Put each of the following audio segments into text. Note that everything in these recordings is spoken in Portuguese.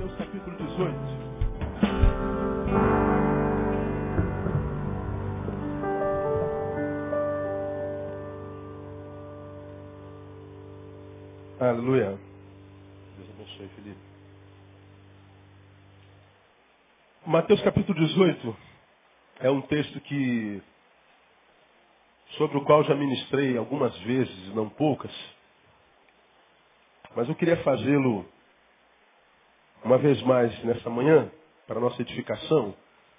Mateus capítulo 18. Aleluia. Deus abençoe, Felipe. Mateus capítulo 18 é um texto sobre o qual já ministrei algumas vezes, não poucas, mas eu queria fazê-lo uma vez mais nessa manhã, para nossa edificação.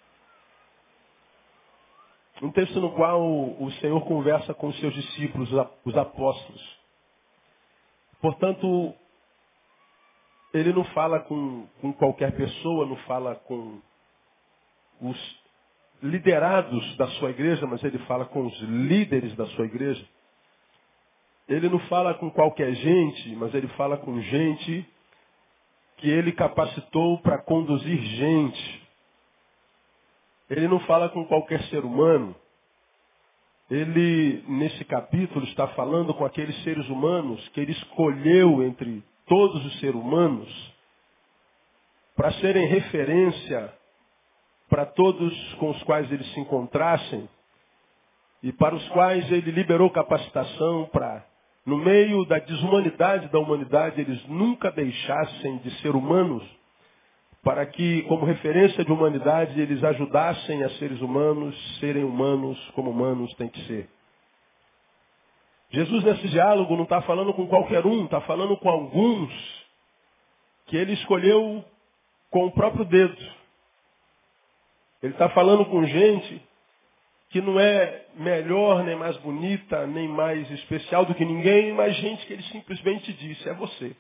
Um texto no qual o Senhor conversa com os seus discípulos, os apóstolos. Portanto, ele não fala com qualquer pessoa, não fala com os liderados da sua igreja, mas ele fala com os líderes da sua igreja. Ele não fala com qualquer gente, mas ele fala com gente que ele capacitou para conduzir gente. Ele não fala com qualquer ser humano. Ele, nesse capítulo, está falando com aqueles seres humanos que ele escolheu entre todos os seres humanos para serem referência para todos com os quais eles se encontrassem e para os quais ele liberou capacitação para, no meio da desumanidade da humanidade, eles nunca deixassem de ser humanos, para que, como referência de humanidade, eles ajudassem a seres humanos serem humanos como humanos têm que ser. Jesus, nesse diálogo, não está falando com qualquer um, está falando com alguns que ele escolheu com o próprio dedo. Ele está falando com gente que não é melhor, nem mais bonita, nem mais especial do que ninguém, mas gente que ele simplesmente disse, é você.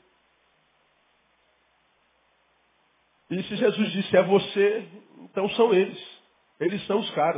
E se Jesus disse, é você, então são eles. Eles são os caras.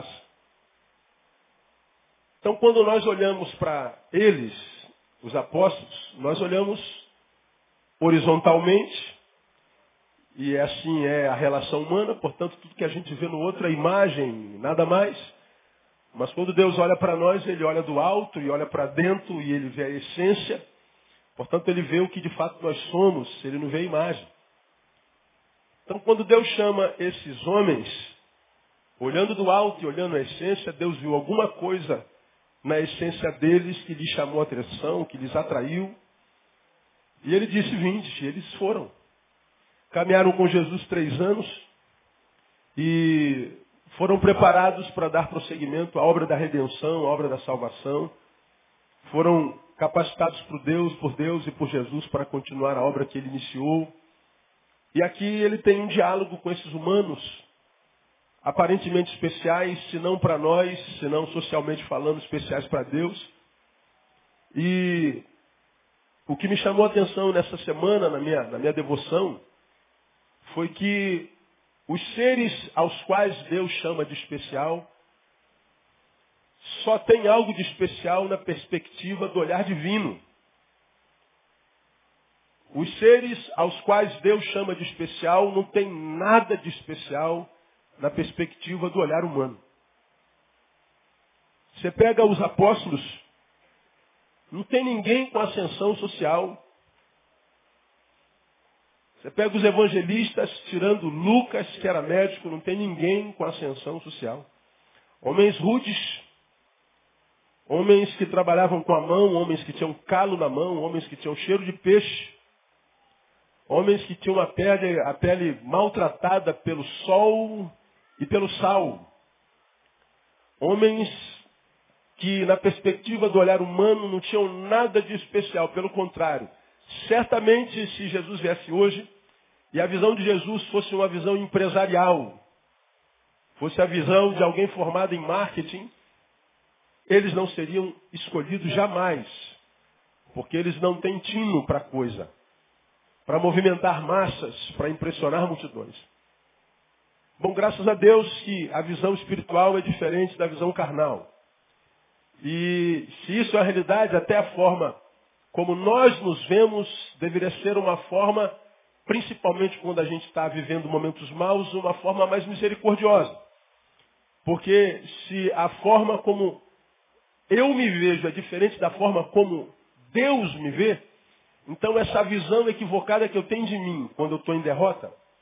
Então, quando nós olhamos para eles, os apóstolos, nós olhamos horizontalmente, e assim é a relação humana, portanto, tudo que a gente vê no outro é imagem, nada mais. Mas quando Deus olha para nós, Ele olha do alto e olha para dentro e Ele vê a essência. Portanto, Ele vê o que de fato nós somos, Ele não vê a imagem. Então, quando Deus chama esses homens, olhando do alto e olhando a essência, Deus viu alguma coisa na essência deles que lhes chamou a atenção, que lhes atraiu. E Ele disse, vinde, e eles foram. Caminharam com Jesus 3 anos e foram preparados para dar prosseguimento à obra da redenção, à obra da salvação. Foram capacitados por Deus e por Jesus para continuar a obra que Ele iniciou. E aqui ele tem um diálogo com esses humanos, aparentemente especiais, se não para nós, se não socialmente falando, especiais para Deus. E o que me chamou a atenção nessa semana, na minha devoção, foi que os seres aos quais Deus chama de especial, só tem algo de especial na perspectiva do olhar divino. Os seres aos quais Deus chama de especial não tem nada de especial na perspectiva do olhar humano. Você pega os apóstolos, não tem ninguém com ascensão social. Você pega os evangelistas, tirando Lucas, que era médico, não tem ninguém com ascensão social. Homens rudes, homens que trabalhavam com a mão, homens que tinham calo na mão, homens que tinham cheiro de peixe, homens que tinham a pele maltratada pelo sol e pelo sal. Homens que, na perspectiva do olhar humano, não tinham nada de especial. Pelo contrário, certamente, se Jesus viesse hoje, e a visão de Jesus fosse uma visão empresarial, fosse a visão de alguém formado em marketing, eles não seriam escolhidos jamais, porque eles não têm tino para coisa, para movimentar massas, para impressionar multidões. Bom, graças a Deus que a visão espiritual é diferente da visão carnal. E se isso é a realidade, até a forma como nós nos vemos deveria ser uma forma, principalmente quando a gente está vivendo momentos maus, uma forma mais misericordiosa. Porque se a forma como eu me vejo é diferente da forma como Deus me vê, então essa visão equivocada que eu tenho de mim quando eu estou em derrota,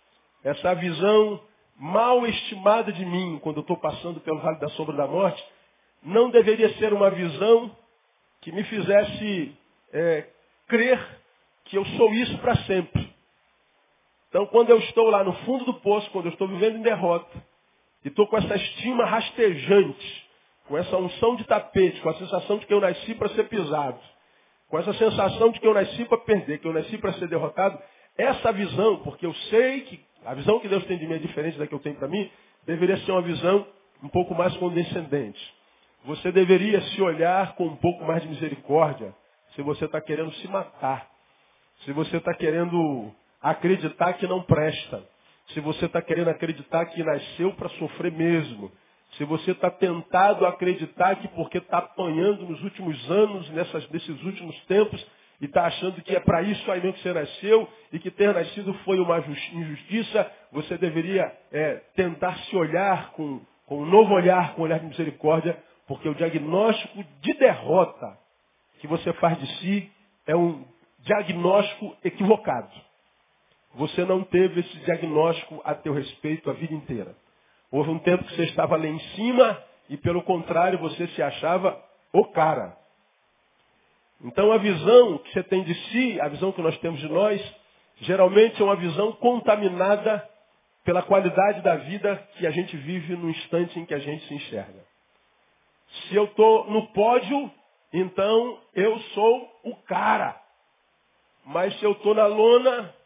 essa visão mal estimada de mim, quando eu estou passando pelo vale da sombra da morte, não deveria ser uma visão que me fizesse crer que eu sou isso para sempre. Então, quando eu estou lá no fundo do poço, quando eu estou vivendo em derrota, e estou com essa estima rastejante, com essa unção de tapete, com a sensação de que eu nasci para ser pisado, com essa sensação de que eu nasci para perder, que eu nasci para ser derrotado, essa visão, porque eu sei que a visão que Deus tem de mim é diferente da que eu tenho para mim, deveria ser uma visão um pouco mais condescendente. Você deveria se olhar com um pouco mais de misericórdia, se você está querendo se matar, se você está querendo acreditar que não presta, se você está querendo acreditar que nasceu para sofrer mesmo, se você está tentado a acreditar que porque está apanhando nos últimos anos, nesses últimos tempos, e está achando que é para isso aí mesmo que você nasceu, e que ter nascido foi uma injustiça, você deveria tentar se olhar com um novo olhar, com um olhar de misericórdia, porque o diagnóstico de derrota que você faz de si é um diagnóstico equivocado. Você não teve esse diagnóstico a teu respeito a vida inteira. Houve um tempo que você estava lá em cima e, pelo contrário, você se achava o cara. Então, a visão que você tem de si, a visão que nós temos de nós, geralmente é uma visão contaminada pela qualidade da vida que a gente vive no instante em que a gente se enxerga. Se eu estou no pódio, então eu sou o cara. Mas se eu estou na lona,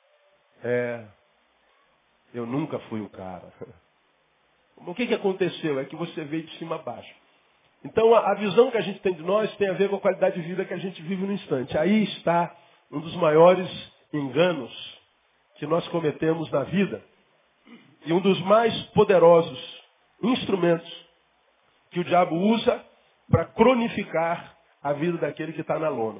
eu nunca fui o cara. O que aconteceu? É que você veio de cima a baixo. Então a visão que a gente tem de nós tem a ver com a qualidade de vida que a gente vive no instante. Aí está um dos maiores enganos que nós cometemos na vida e um dos mais poderosos instrumentos que o diabo usa para cronificar a vida daquele que está na lona.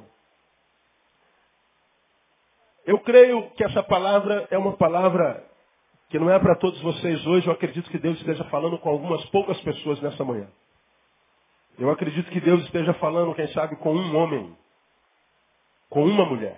Eu creio que essa palavra é uma palavra que não é para todos vocês hoje. Eu acredito que Deus esteja falando com algumas poucas pessoas nessa manhã. Eu acredito que Deus esteja falando, quem sabe, com um homem, com uma mulher.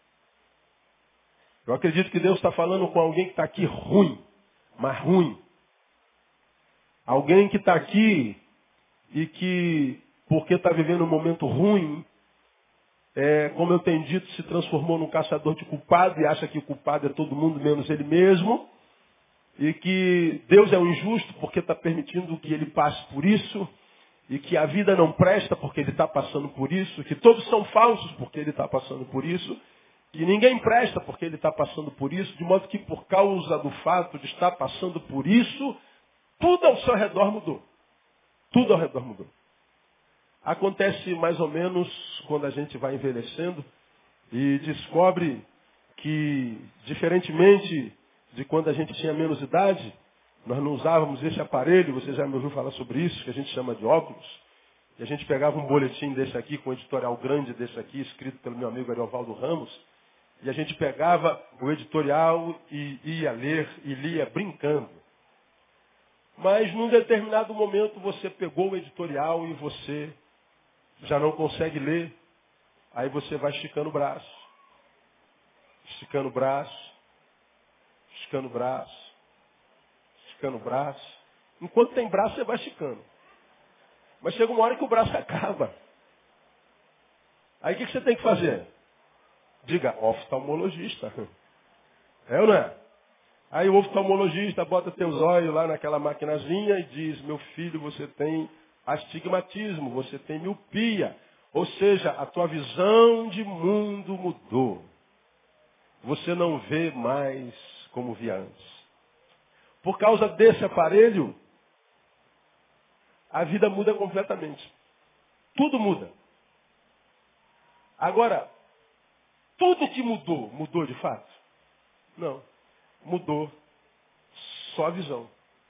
Eu acredito que Deus está falando com alguém que está aqui ruim, mas ruim. Alguém que está aqui e que, porque está vivendo um momento ruim, como eu tenho dito, se transformou num caçador de culpado e acha que o culpado é todo mundo menos ele mesmo. E que Deus é um injusto porque está permitindo que ele passe por isso. E que a vida não presta porque ele está passando por isso. Que todos são falsos porque ele está passando por isso. Que ninguém presta porque ele está passando por isso. De modo que por causa do fato de estar passando por isso, tudo ao seu redor mudou. Tudo ao redor mudou. Acontece mais ou menos quando a gente vai envelhecendo e descobre que, diferentemente de quando a gente tinha menos idade, nós não usávamos esse aparelho, você já me ouviu falar sobre isso, que a gente chama de óculos, e a gente pegava um boletim desse aqui, com um editorial grande desse aqui, escrito pelo meu amigo Ariovaldo Ramos, e a gente pegava o editorial e ia ler, e lia brincando. Mas num determinado momento você pegou o editorial e você já não consegue ler, aí você vai esticando o braço, esticando o braço, esticando o braço, esticando o braço. Enquanto tem braço, você vai esticando. Mas chega uma hora que o braço acaba. Aí o que você tem que fazer? Diga, oftalmologista. É ou não é? Aí o oftalmologista bota teus olhos lá naquela maquinazinha e diz, meu filho, você tem astigmatismo, você tem miopia. Ou seja, a tua visão de mundo mudou. Você não vê mais como via antes. Por causa desse aparelho, a vida muda completamente. Tudo muda. Agora, tudo que mudou, mudou de fato? Não. Mudou só a visão.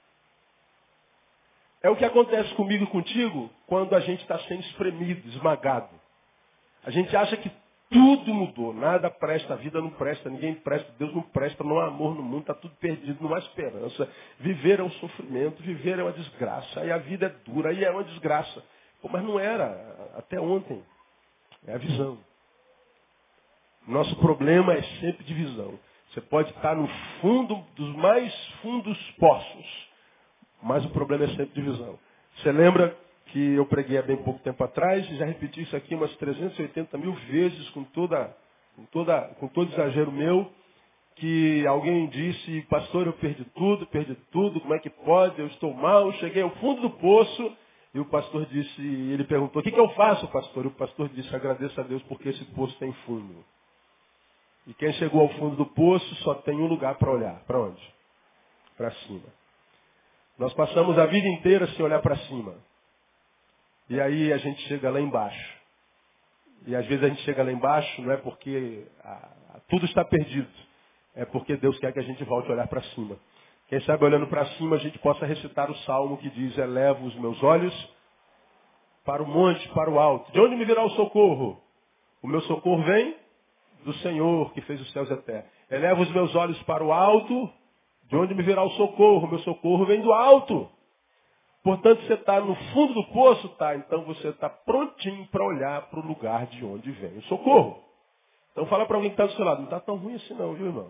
É o que acontece comigo e contigo quando a gente está sendo espremido, esmagado. A gente acha que tudo mudou, nada presta, a vida não presta, ninguém presta, Deus não presta, não há amor no mundo, está tudo perdido, não há esperança. Viver é um sofrimento, viver é uma desgraça, aí a vida é dura, aí é uma desgraça. Pô, mas não era, até ontem. É a visão. Nosso problema é sempre de visão. Você pode estar no fundo dos mais fundos poços, mas o problema é sempre de visão. Você lembra que eu preguei há bem pouco tempo atrás, e já repeti isso aqui umas 380 mil vezes, com todo exagero meu, que alguém disse, pastor, eu perdi tudo, como é que pode? Eu estou mal, cheguei ao fundo do poço, e o pastor disse, ele perguntou, o que eu faço, pastor? E o pastor disse, agradeça a Deus porque esse poço tem fundo. E quem chegou ao fundo do poço só tem um lugar para olhar. Para onde? Para cima. Nós passamos a vida inteira sem olhar para cima. E aí a gente chega lá embaixo. E às vezes a gente chega lá embaixo não é porque tudo está perdido. É porque Deus quer que a gente volte a olhar para cima. Quem sabe olhando para cima a gente possa recitar o salmo que diz, elevo os meus olhos para o monte, para o alto. De onde me virá o socorro? O meu socorro vem do Senhor que fez os céus e a terra. Elevo os meus olhos para o alto. De onde me virá o socorro? O meu socorro vem do alto. Portanto, você está no fundo do poço, tá? Então você está prontinho para olhar para o lugar de onde vem o socorro. Então fala para alguém que está do seu lado, não está tão ruim assim não, viu, irmão?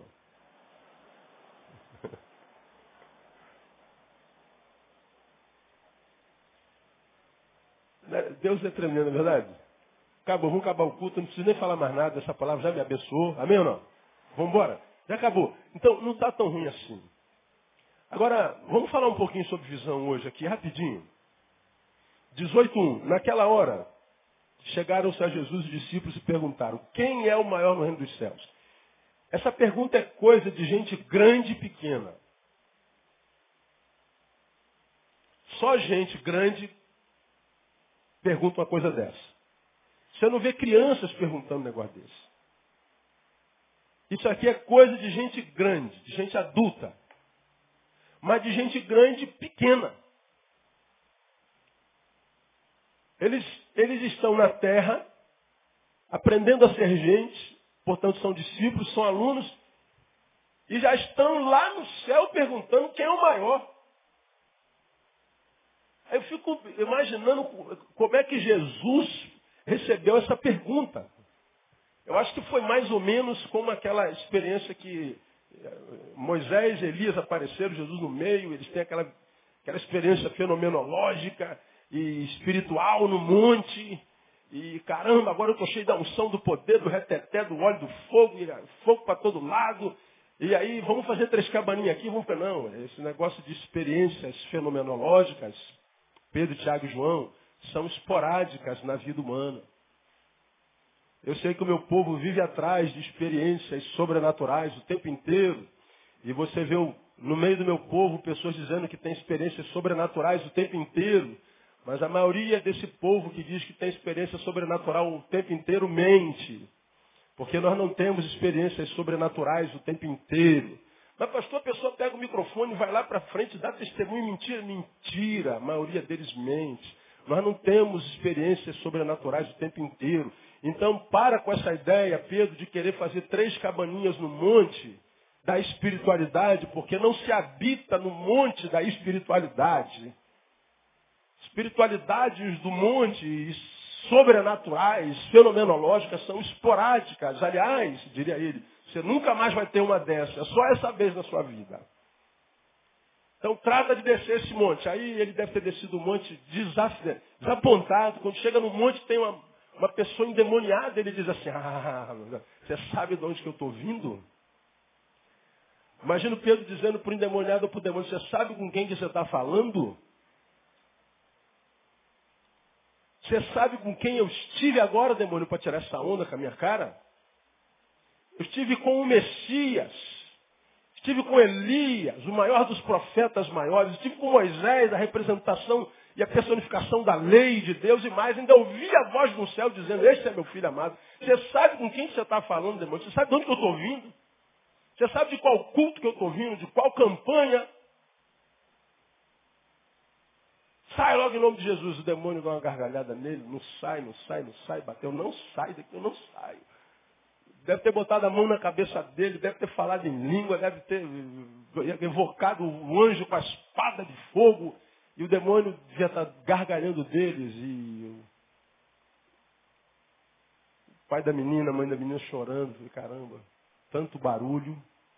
Deus é tremendo, não é verdade? Acabou, vamos acabar o culto, não preciso nem falar mais nada, essa palavra já me abençoou. Amém ou não? Vamos embora? Já acabou. Então, não está tão ruim assim. Agora, vamos falar um pouquinho sobre visão hoje aqui, rapidinho. 18:1. Naquela hora, chegaram-se a Jesus os discípulos e perguntaram, quem é o maior no reino dos céus? Essa pergunta é coisa de gente grande e pequena. Só gente grande pergunta uma coisa dessa. Você não vê crianças perguntando um negócio desse. Isso aqui é coisa de gente grande, de gente adulta. Mas de gente grande e pequena. Eles estão na terra, aprendendo a ser gente, portanto são discípulos, são alunos, e já estão lá no céu perguntando quem é o maior. Aí eu fico imaginando como é que Jesus recebeu essa pergunta. Eu acho que foi mais ou menos como aquela experiência que Moisés e Elias apareceram, Jesus no meio, eles têm aquela experiência fenomenológica e espiritual no monte. E caramba, agora eu estou cheio da unção, do poder, do reteté, do óleo, do fogo, e fogo para todo lado. E aí, vamos fazer 3 cabaninhas aqui? Vamos fazer, não, esse negócio de experiências fenomenológicas, Pedro, Tiago e João, são esporádicas na vida humana. Eu sei que o meu povo vive atrás de experiências sobrenaturais o tempo inteiro. E você vê no meio do meu povo pessoas dizendo que tem experiências sobrenaturais o tempo inteiro. Mas a maioria desse povo que diz que tem experiência sobrenatural o tempo inteiro mente. Porque nós não temos experiências sobrenaturais o tempo inteiro. Mas pastor, a pessoa pega o microfone e vai lá para frente e dá testemunho. Mentira, mentira. A maioria deles mente. Nós não temos experiências sobrenaturais o tempo inteiro. Então, para com essa ideia, Pedro, de querer fazer 3 cabaninhas no monte da espiritualidade, porque não se habita no monte da espiritualidade. Espiritualidades do monte, sobrenaturais, fenomenológicas, são esporádicas. Aliás, diria ele, você nunca mais vai ter uma dessas. É só essa vez na sua vida. Então trata de descer esse monte. Aí ele deve ter descido o monte desapontado. Quando chega no monte tem uma pessoa endemoniada. Ele diz assim, você sabe de onde que eu estou vindo? Imagina o Pedro dizendo para o endemoniado ou para o demônio, você sabe com quem que você está falando? Você sabe com quem eu estive agora, demônio, para tirar essa onda com a minha cara? Eu estive com o Messias. Estive com Elias, o maior dos profetas maiores. Estive com Moisés, a representação e a personificação da lei de Deus. E mais, ainda ouvi a voz do céu dizendo, este é meu filho amado. Você sabe com quem você está falando, demônio? Você sabe de onde que eu estou vindo? Você sabe de qual culto que eu estou vindo? De qual campanha? Sai logo em nome de Jesus. O demônio dá uma gargalhada nele. Não sai, não sai, não sai. Bateu, não sai daqui, eu não saio. Deve ter botado a mão na cabeça dele, deve ter falado em língua, deve ter evocado o anjo com a espada de fogo. E o demônio devia estar gargalhando deles. E o pai da menina, a mãe da menina chorando. Falei, caramba, tanto barulho.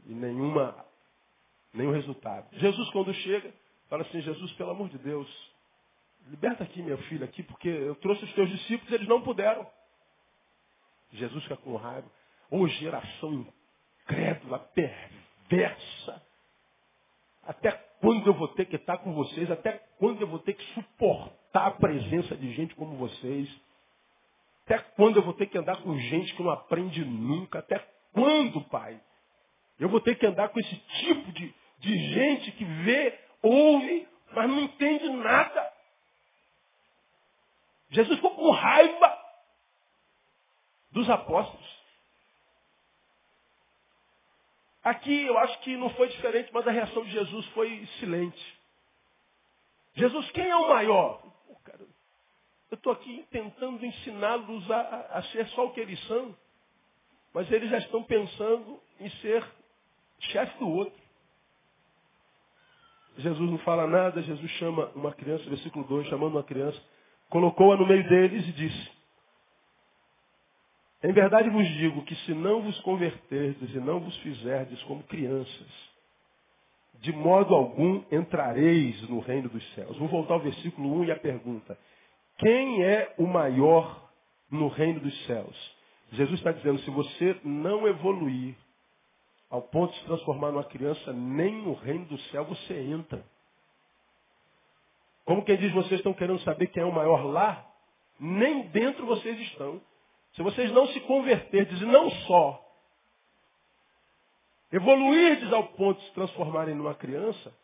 e nenhum resultado. Jesus, quando chega, fala assim, Jesus, pelo amor de Deus, liberta aqui meu filho aqui, porque eu trouxe os teus discípulos, eles não puderam. Jesus fica com raiva. Ô geração incrédula, perversa. Até quando eu vou ter que estar com vocês? Até quando eu vou ter que suportar a presença de gente como vocês? Até quando eu vou ter que andar com gente que não aprende nunca? Até quando, Pai? Eu vou ter que andar com esse tipo de gente que vê, ouve, mas não entende nada. Jesus ficou com raiva dos apóstolos. Aqui eu acho que não foi diferente, mas a reação de Jesus foi silente. Jesus, quem é o maior? Pô, cara, eu estou aqui tentando ensiná-los a ser só o que eles são, mas eles já estão pensando em ser chefe do outro. Jesus não fala nada, Jesus chama uma criança, versículo 2, chamando uma criança, colocou-a no meio deles e disse, em verdade vos digo que se não vos converterdes e não vos fizerdes como crianças, de modo algum entrareis no reino dos céus. Vou voltar ao versículo 1 e a pergunta. Quem é o maior no reino dos céus? Jesus está dizendo, se você não evoluir ao ponto de se transformar numa criança, nem no reino do céu você entra. Como quem diz, vocês estão querendo saber quem é o maior lá? Nem dentro vocês estão. Se vocês não se converterdes e não só evoluirdes ao ponto de se transformarem numa criança,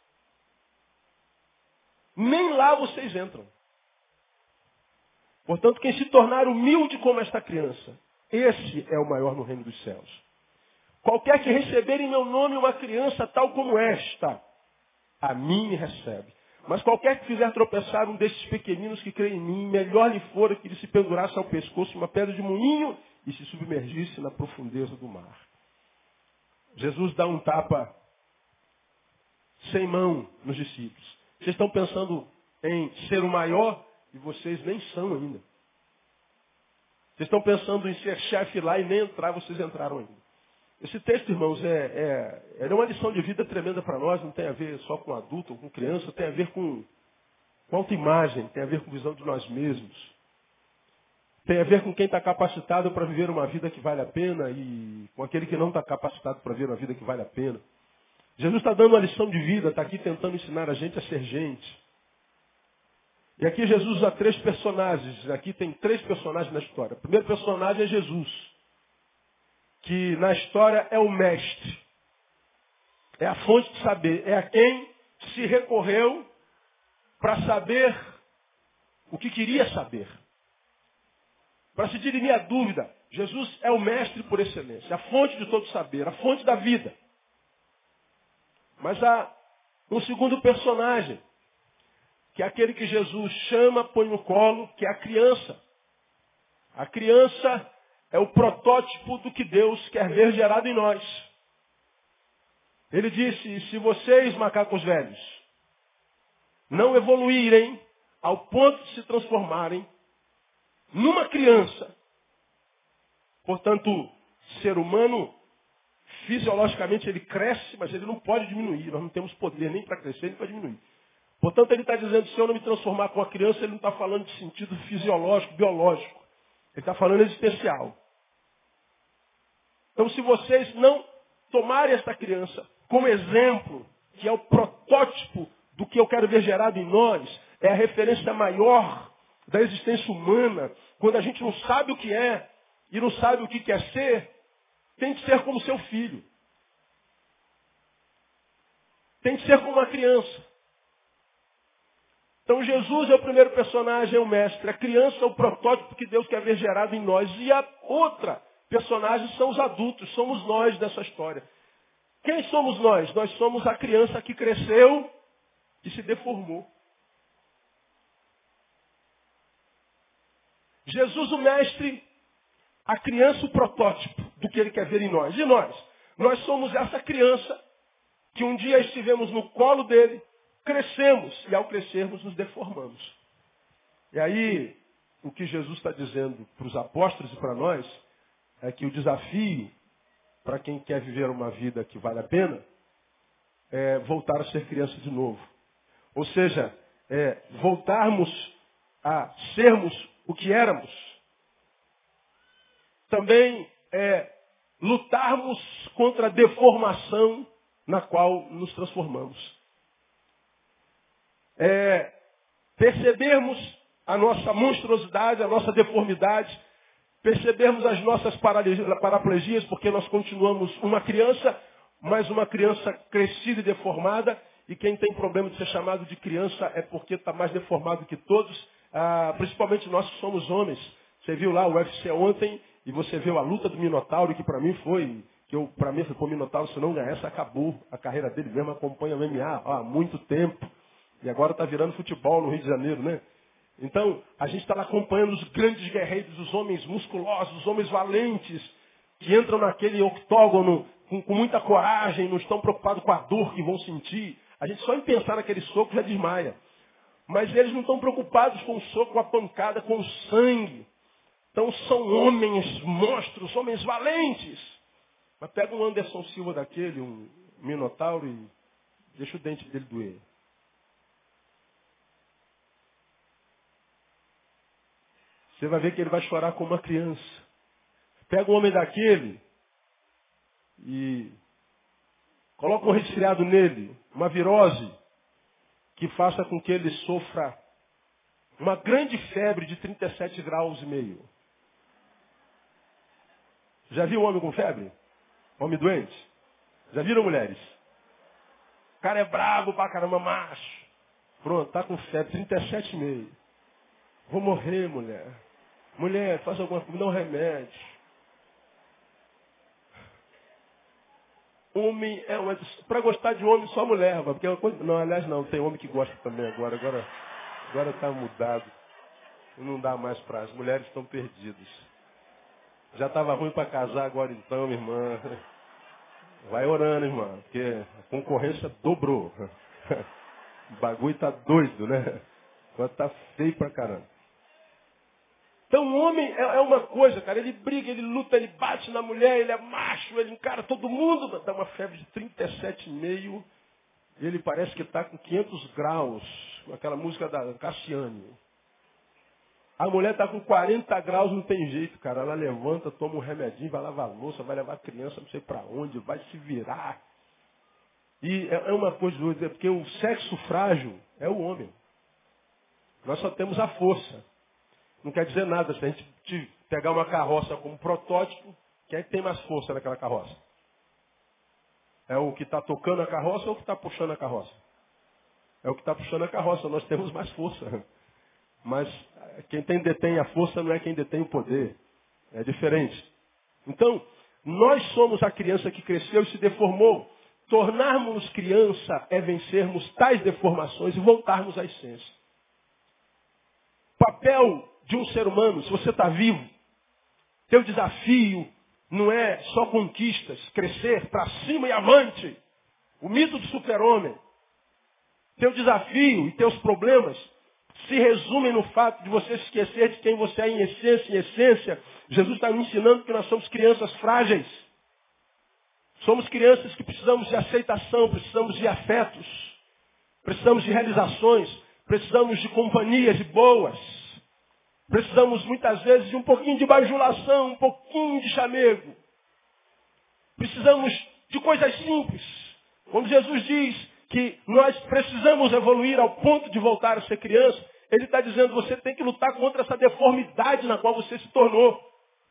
nem lá vocês entram. Portanto, quem se tornar humilde como esta criança, esse é o maior no reino dos céus. Qualquer que receber em meu nome uma criança tal como esta, a mim me recebe. Mas qualquer que fizer tropeçar um desses pequeninos que creem em mim, melhor lhe fora que ele se pendurasse ao pescoço uma pedra de moinho e se submergisse na profundeza do mar. Jesus dá um tapa sem mão nos discípulos. Vocês estão pensando em ser o maior e vocês nem são ainda. Vocês estão pensando em ser chefe lá e nem entrar, vocês entraram ainda. Esse texto, irmãos, é uma lição de vida tremenda para nós, não tem a ver só com adulto ou com criança, tem a ver com autoimagem, tem a ver com visão de nós mesmos. Tem a ver com quem está capacitado para viver uma vida que vale a pena e com aquele que não está capacitado para viver uma vida que vale a pena. Jesus está dando uma lição de vida, está aqui tentando ensinar a gente a ser gente. E aqui Jesus usa 3 personagens, aqui tem 3 personagens na história. O primeiro personagem é Jesus, que na história é o mestre, é a fonte de saber, é a quem se recorreu para saber o que queria saber. Para se dirimir a dúvida, Jesus é o mestre por excelência, a fonte de todo saber, a fonte da vida. Mas há um segundo personagem, que é aquele que Jesus chama, põe no colo, que é a criança. A criança é o protótipo do que Deus quer ver gerado em nós. Ele disse, se vocês, macacos velhos, não evoluírem ao ponto de se transformarem numa criança, portanto, ser humano, fisiologicamente ele cresce, mas ele não pode diminuir. Nós não temos poder nem para crescer, nem para diminuir. Portanto, ele está dizendo, se eu não me transformar com a criança, ele não está falando de sentido fisiológico, biológico. Ele está falando existencial. Então, se vocês não tomarem esta criança como exemplo, que é o protótipo do que eu quero ver gerado em nós, é a referência maior da existência humana, quando a gente não sabe o que é e não sabe o que quer ser, tem que ser como seu filho. Tem que ser como uma criança. Então Jesus é o primeiro personagem, é o mestre. A criança é o protótipo que Deus quer ver gerado em nós. E a outra personagem são os adultos, somos nós dessa história. Quem somos nós? Nós somos a criança que cresceu e se deformou. Jesus, o mestre, a criança, o protótipo do que ele quer ver em nós. E nós? Nós somos essa criança que um dia estivemos no colo dele, crescemos e ao crescermos nos deformamos. E aí, o que Jesus está dizendo para os apóstolos e para nós é que o desafio para quem quer viver uma vida que vale a pena, é voltar a ser criança de novo. Ou seja, voltarmos a sermos o que éramos. Também lutarmos contra a deformação na qual nos transformamos. Percebermos a nossa monstruosidade, a nossa deformidade, percebermos as nossas paraplegias, porque nós continuamos uma criança, mas uma criança crescida e deformada, e quem tem problema de ser chamado de criança é porque está mais deformado que todos, principalmente nós que somos homens. Você viu lá o UFC ontem, e você viu a luta do Minotauro, que para mim foi, o Minotauro, se não ganhasse, acabou a carreira dele mesmo, acompanha o MMA há muito tempo, e agora está virando futebol no Rio de Janeiro, né? Então, a gente está lá acompanhando os grandes guerreiros, os homens musculosos, os homens valentes, que entram naquele octógono com muita coragem, não estão preocupados com a dor que vão sentir. A gente só em pensar naquele soco já desmaia. Mas eles não estão preocupados com o soco, com a pancada, com o sangue. Então são homens monstros, homens valentes. Mas pega um Anderson Silva daquele, um Minotauro, e deixa o dente dele doer. Você vai ver que ele vai chorar como uma criança. Pega um homem daquele e coloca um resfriado nele, uma virose, que faça com que ele sofra uma grande febre de 37 graus e meio. Já viu um homem com febre? Homem doente? Já viram mulheres? O cara é brabo pra caramba, macho. Pronto, tá com febre, 37,5. Vou morrer, mulher. Mulher, faz alguma coisa, me dá um remédio. Homem é uma... Para gostar de homem, só mulher. Porque é uma coisa... Não, aliás, não. Tem homem que gosta também agora. Agora está mudado. Não dá mais para... As mulheres estão perdidas. Já estava ruim para casar agora então, minha irmã. Vai orando, irmã. Porque a concorrência dobrou. O bagulho tá doido, né? Agora tá feio pra caramba. Então o homem é uma coisa, cara. Ele briga, ele luta, ele bate na mulher, ele é macho, ele encara todo mundo. Dá uma febre de 37,5. E ele parece que está com 500 graus. Com aquela música da Cassiane. A mulher está com 40 graus, não tem jeito, cara. Ela levanta, toma um remedinho, vai lavar a louça, vai levar a criança não sei para onde, vai se virar. E é uma coisa doida, porque o sexo frágil é o homem. Nós só temos a força. Não quer dizer nada se a gente pegar uma carroça como protótipo, quem é que tem mais força naquela carroça? É o que está tocando a carroça ou o que está puxando a carroça? É o que está puxando a carroça, nós temos mais força. Mas quem detém a força não é quem detém o poder. É diferente. Então, nós somos a criança que cresceu e se deformou. Tornarmos criança é vencermos tais deformações e voltarmos à essência. Papel de um ser humano, se você está vivo, teu desafio não é só conquistas, crescer para cima e avante. O mito do super-homem. Teu desafio e teus problemas se resumem no fato de você se esquecer de quem você é em essência. Em essência, Jesus está me ensinando que nós somos crianças frágeis. Somos crianças que precisamos de aceitação, precisamos de afetos, precisamos de realizações, precisamos de companhias boas. Precisamos muitas vezes de um pouquinho de bajulação, um pouquinho de chamego. Precisamos de coisas simples. Quando Jesus diz que nós precisamos evoluir ao ponto de voltar a ser criança, ele está dizendo que você tem que lutar contra essa deformidade na qual você se tornou.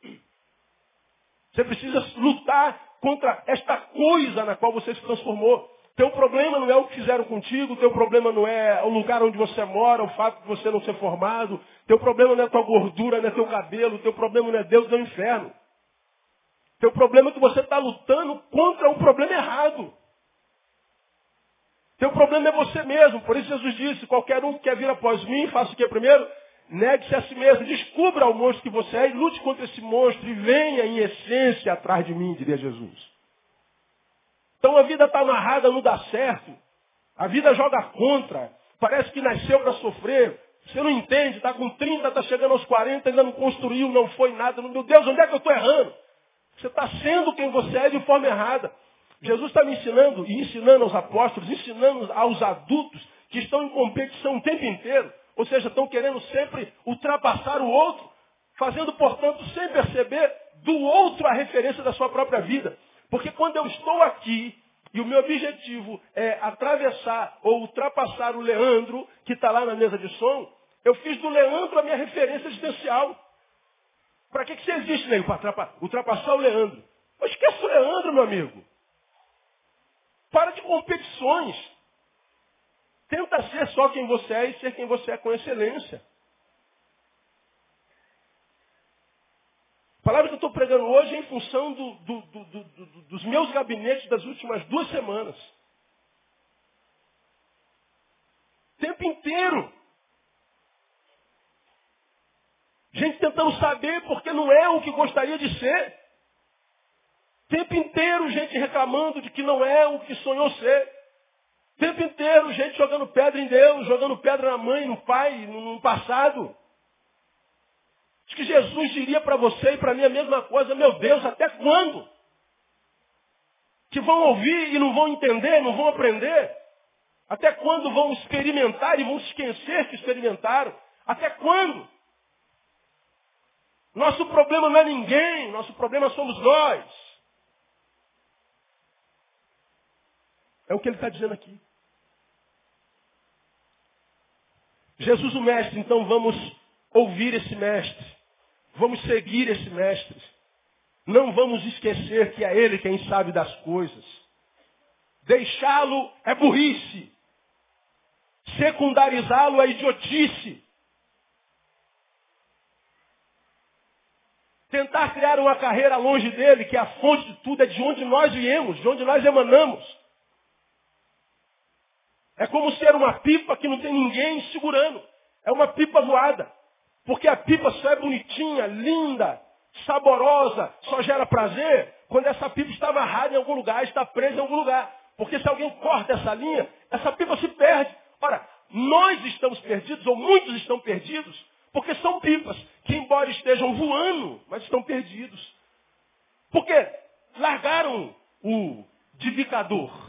Você precisa lutar contra esta coisa na qual você se transformou. Teu problema não é o que fizeram contigo, teu problema não é o lugar onde você mora, o fato de você não ser formado, teu problema não é tua gordura, não é teu cabelo, teu problema não é Deus, não é o inferno. Teu problema é que você está lutando contra um problema errado. Teu problema é você mesmo. Por isso Jesus disse, qualquer um que quer vir após mim, faça o que primeiro? Negue-se a si mesmo. Descubra o monstro que você é e lute contra esse monstro e venha em essência atrás de mim, diria Jesus. Então a vida está amarrada, não dá certo. A vida joga contra. Parece que nasceu para sofrer. Você não entende, está com 30, está chegando aos 40, ainda não construiu, não foi nada. Meu Deus, onde é que eu estou errando? Você está sendo quem você é de forma errada. Jesus está me ensinando, e ensinando aos apóstolos, ensinando aos adultos que estão em competição o tempo inteiro. Ou seja, estão querendo sempre ultrapassar o outro, fazendo, portanto, sem perceber do outro a referência da sua própria vida. Porque quando eu estou aqui, e o meu objetivo é atravessar ou ultrapassar o Leandro, que está lá na mesa de som, eu fiz do Leandro a minha referência existencial. Para que você existe, nego? Para ultrapassar o Leandro. Mas esquece o Leandro, meu amigo. Para de competições. Tenta ser só quem você é e ser quem você é com excelência. A palavra que eu estou pregando hoje é em função dos meus gabinetes das últimas 2 semanas. O tempo inteiro. Gente tentando saber porque não é o que gostaria de ser. O tempo inteiro gente reclamando de que não é o que sonhou ser. O tempo inteiro gente jogando pedra em Deus, jogando pedra na mãe, no pai, no passado. Diz que Jesus diria para você e para mim a mesma coisa. Meu Deus, até quando? Que vão ouvir e não vão entender, não vão aprender? Até quando vão experimentar e vão se esquecer que experimentaram? Até quando? Nosso problema não é ninguém, nosso problema somos nós. É o que ele está dizendo aqui. Jesus o Mestre, então vamos ouvir esse Mestre. Vamos seguir esse Mestre. Não vamos esquecer que é Ele quem sabe das coisas. Deixá-lo é burrice. Secundarizá-lo é idiotice. Tentar criar uma carreira longe dele, que a fonte de tudo é de onde nós viemos, de onde nós emanamos. É como ser uma pipa que não tem ninguém segurando. É uma pipa voada. Porque a pipa só é bonitinha, linda, saborosa, só gera prazer quando essa pipa está amarrada em algum lugar, está presa em algum lugar. Porque se alguém corta essa linha, essa pipa se perde. Ora, nós estamos perdidos, ou muitos estão perdidos, porque são pipas que, embora estejam voando, mas estão perdidos. Porque largaram o dibicador.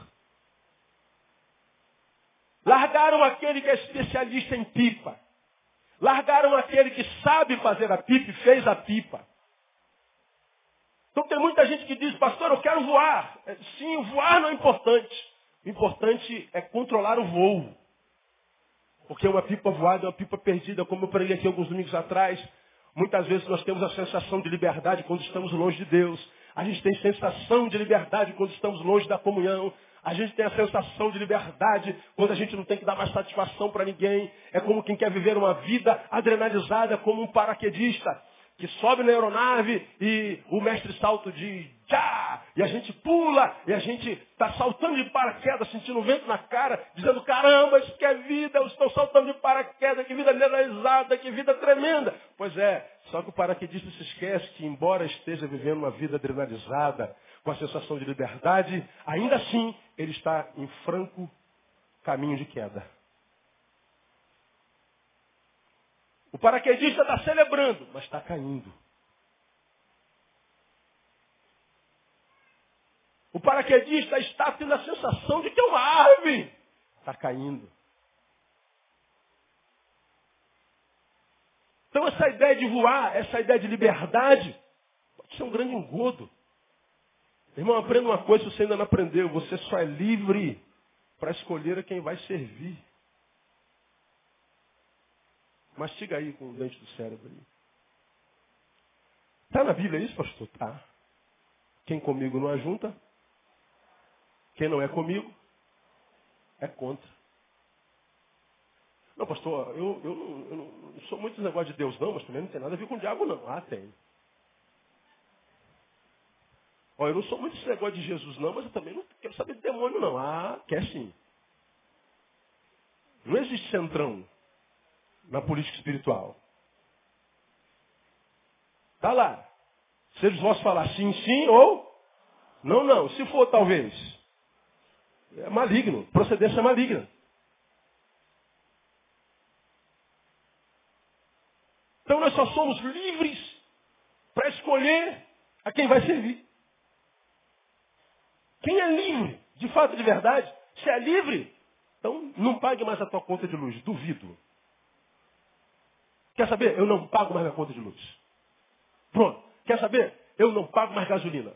Largaram aquele que é especialista em pipa. Largaram aquele que sabe fazer a pipa e fez a pipa. Então tem muita gente que diz, pastor, eu quero voar. Sim, voar não é importante. O importante é controlar o voo. Porque uma pipa voada é uma pipa perdida, como eu preguei aqui alguns domingos atrás. Muitas vezes nós temos a sensação de liberdade quando estamos longe de Deus. A gente tem sensação de liberdade quando estamos longe da comunhão. A gente tem a sensação de liberdade quando a gente não tem que dar mais satisfação para ninguém. É como quem quer viver uma vida adrenalizada, como um paraquedista que sobe na aeronave e o mestre salto de já, e a gente pula, e a gente está saltando de paraquedas, sentindo o vento na cara, dizendo, caramba, isso que é vida, eu estou saltando de paraquedas, que vida adrenalizada, que vida tremenda. Pois é, só que o paraquedista se esquece que, embora esteja vivendo uma vida adrenalizada, com a sensação de liberdade, ainda assim, ele está em franco caminho de queda. O paraquedista está celebrando, mas está caindo. O paraquedista está tendo a sensação de que é uma árvore. Está caindo. Então essa ideia de voar, essa ideia de liberdade, pode ser um grande engodo. Irmão, aprenda uma coisa se você ainda não aprendeu. Você só é livre para escolher a quem vai servir. Mastiga aí com o dente do cérebro. Está na Bíblia isso, pastor? Tá. Quem comigo não ajunta, quem não é comigo, é contra. Não, pastor, eu não sou muito desse negócio de Deus não, mas também não tem nada a ver com o diabo não. Ah, tem. Ó, eu não sou muito desse negócio de Jesus não, mas eu também não quero saber de demônio não. Ah, quer sim. Não existe centrão na política espiritual. Tá lá. Se eles vão falar sim, sim ou não, não. Se for, talvez. É maligno. Procedência maligna. Então nós só somos livres para escolher a quem vai servir. Quem é livre, de fato, de verdade, se é livre, então não pague mais a tua conta de luz. Duvido. Quer saber? Eu não pago mais minha conta de luz. Pronto. Quer saber? Eu não pago mais gasolina.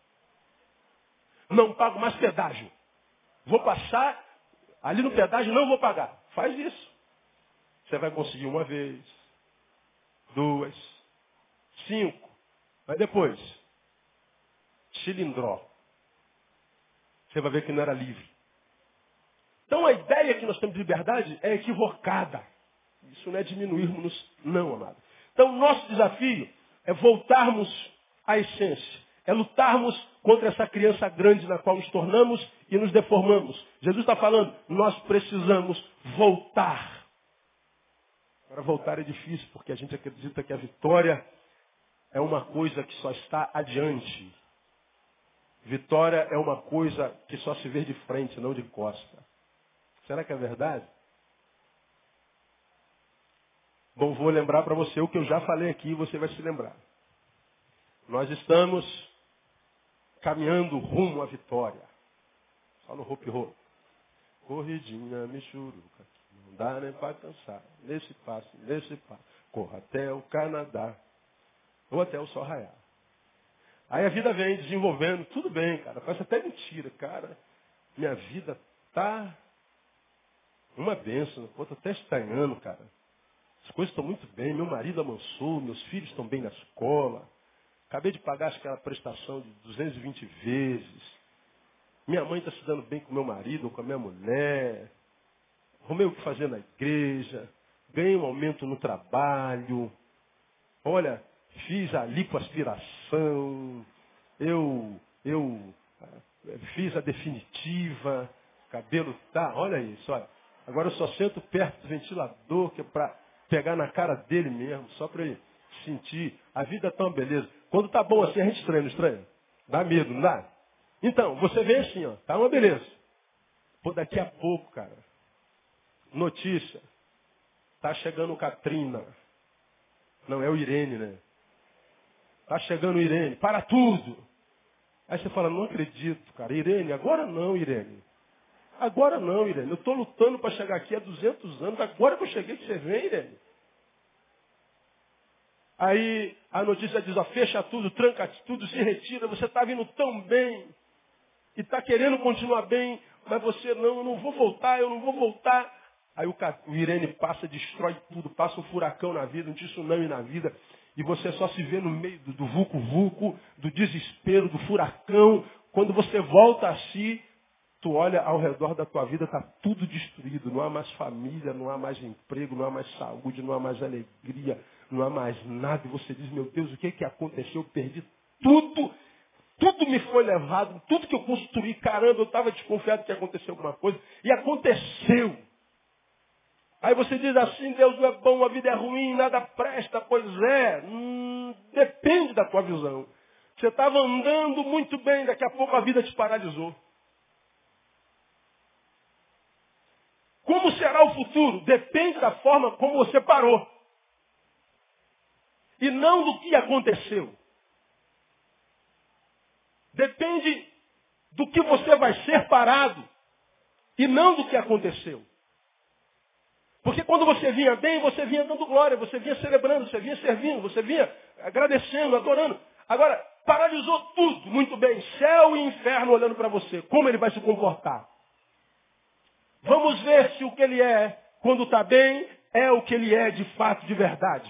Não pago mais pedágio. Vou passar ali no pedágio, não vou pagar. Faz isso. Você vai conseguir uma vez, 2, 5. Mas depois, cilindró. Você vai ver que não era livre. Então a ideia que nós temos de liberdade é equivocada. Isso não é diminuirmos, não, amado. Então nosso desafio é voltarmos à essência. É lutarmos contra essa criança grande na qual nos tornamos e nos deformamos. Jesus está falando, nós precisamos voltar. Para voltar é difícil, porque a gente acredita que a vitória é uma coisa que só está adiante. Vitória é uma coisa que só se vê de frente, não de costa. Será que é verdade? Bom, vou lembrar para você o que eu já falei aqui e você vai se lembrar. Nós estamos caminhando rumo à vitória. Só no hop-hop. Corridinha, michuruca, não dá nem para cansar. Nesse passo. Corra até o Canadá. Ou até o sol raiar. Aí a vida vem desenvolvendo, tudo bem, cara. Parece até mentira, cara. Minha vida tá uma bênção. Pô, tô até estranhando, cara. As coisas estão muito bem. Meu marido amansou, meus filhos estão bem na escola. Acabei de pagar aquela prestação de 220 vezes. Minha mãe está se dando bem com meu marido ou com a minha mulher. Arrumei o que fazer na igreja. Ganhei um aumento no trabalho. Olha, fiz a lipoaspiração. Eu fiz a definitiva. Cabelo tá, olha isso, olha. Agora eu só sento perto do ventilador, que é para pegar na cara dele mesmo, só para ele sentir. A vida tá uma beleza. Quando tá bom assim, a gente estranha, não estranha? Dá medo, não dá? Então, você vê assim, ó, tá uma beleza. Pô, daqui a pouco, cara, notícia, tá chegando o Katrina. Não, é o Irene, né? Tá chegando o Irene, para tudo. Aí você fala, não acredito, cara. Irene, agora não, Irene. Agora não, Irene. Eu estou lutando para chegar aqui há 200 anos. Agora que eu cheguei, que você vem, Irene. Aí a notícia diz, ó, fecha tudo, tranca tudo, se retira. Você está vindo tão bem. E está querendo continuar bem. Mas você, não, eu não vou voltar. Aí o Irene passa, destrói tudo. Passa um furacão na vida, um tsunami na vida. E você só se vê no meio do vulco-vulco, do desespero, do furacão. Quando você volta a si, tu olha ao redor da tua vida, está tudo destruído. Não há mais família, não há mais emprego, não há mais saúde, não há mais alegria, não há mais nada. E você diz, meu Deus, o que aconteceu? Eu perdi tudo. Tudo me foi levado, tudo que eu construí. Caramba, eu estava desconfiado que ia acontecer alguma coisa. E aconteceu. Aí você diz assim, Deus não é bom, a vida é ruim, nada presta. Pois é, depende da tua visão. Você estava andando muito bem, daqui a pouco a vida te paralisou. Como será o futuro? Depende da forma como você parou. E não do que aconteceu. Depende do que você vai ser parado. E não do que aconteceu. Porque quando você vinha bem, você vinha dando glória, você vinha celebrando, você vinha servindo, você vinha agradecendo, adorando. Agora, paralisou tudo, muito bem. Céu e inferno olhando para você. Como ele vai se comportar? Vamos ver se o que ele é, quando está bem, é o que ele é de fato, de verdade.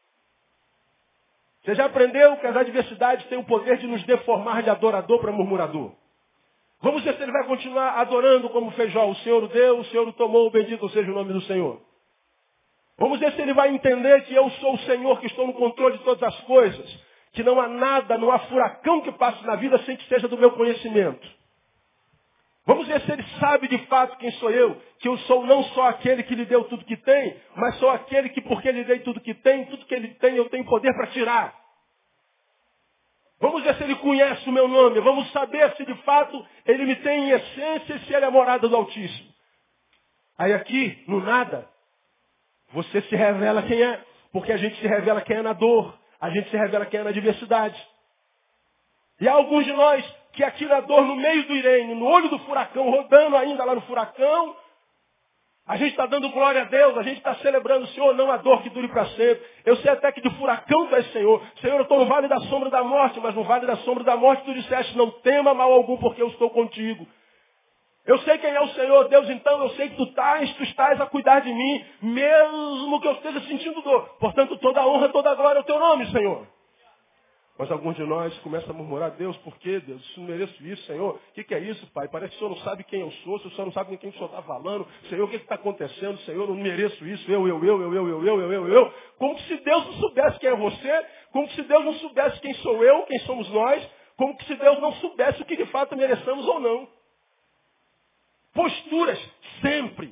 Você já aprendeu que as adversidades têm o poder de nos deformar de adorador para murmurador. Vamos ver se ele vai continuar adorando como fez Jó. O Senhor o deu, o Senhor o tomou, bendito seja o nome do Senhor. Vamos ver se ele vai entender que eu sou o Senhor, que estou no controle de todas as coisas. Que não há nada, não há furacão que passe na vida sem que seja do meu conhecimento. Vamos ver se ele sabe de fato quem sou eu. Que eu sou não só aquele que lhe deu tudo que tem, mas sou aquele que porque lhe dei tudo que ele tem, eu tenho poder para tirar. Vamos ver se ele conhece o meu nome. Vamos saber se de fato ele me tem em essência e se ele é a morada do Altíssimo. Aí aqui, no nada, você se revela quem é. Porque a gente se revela quem é na dor. A gente se revela quem é na adversidade. E há alguns de nós que aqui na dor, no meio do Irene, no olho do furacão, rodando ainda lá no furacão, a gente está dando glória a Deus, a gente está celebrando, Senhor, não a dor que dure para sempre. Eu sei até que do furacão tu és Senhor. Senhor, eu estou no vale da sombra da morte, mas no vale da sombra da morte tu disseste, não tema mal algum, porque eu estou contigo. Eu sei quem é o Senhor, Deus, então eu sei que tu estás a cuidar de mim, mesmo que eu esteja sentindo dor. Portanto, toda a honra, toda a glória é o teu nome, Senhor. Mas alguns de nós começam a murmurar, Deus, por quê, Deus? Eu não mereço isso, Senhor. O que é isso, Pai? Parece que o Senhor não sabe quem eu sou, o Senhor não sabe com quem o Senhor está falando. Senhor, o que está acontecendo? Senhor, eu não mereço isso. Eu. Como se Deus não soubesse quem é você, como se Deus não soubesse quem sou eu, quem somos nós, como se Deus não soubesse o que de fato mereçamos ou não. Posturas, sempre.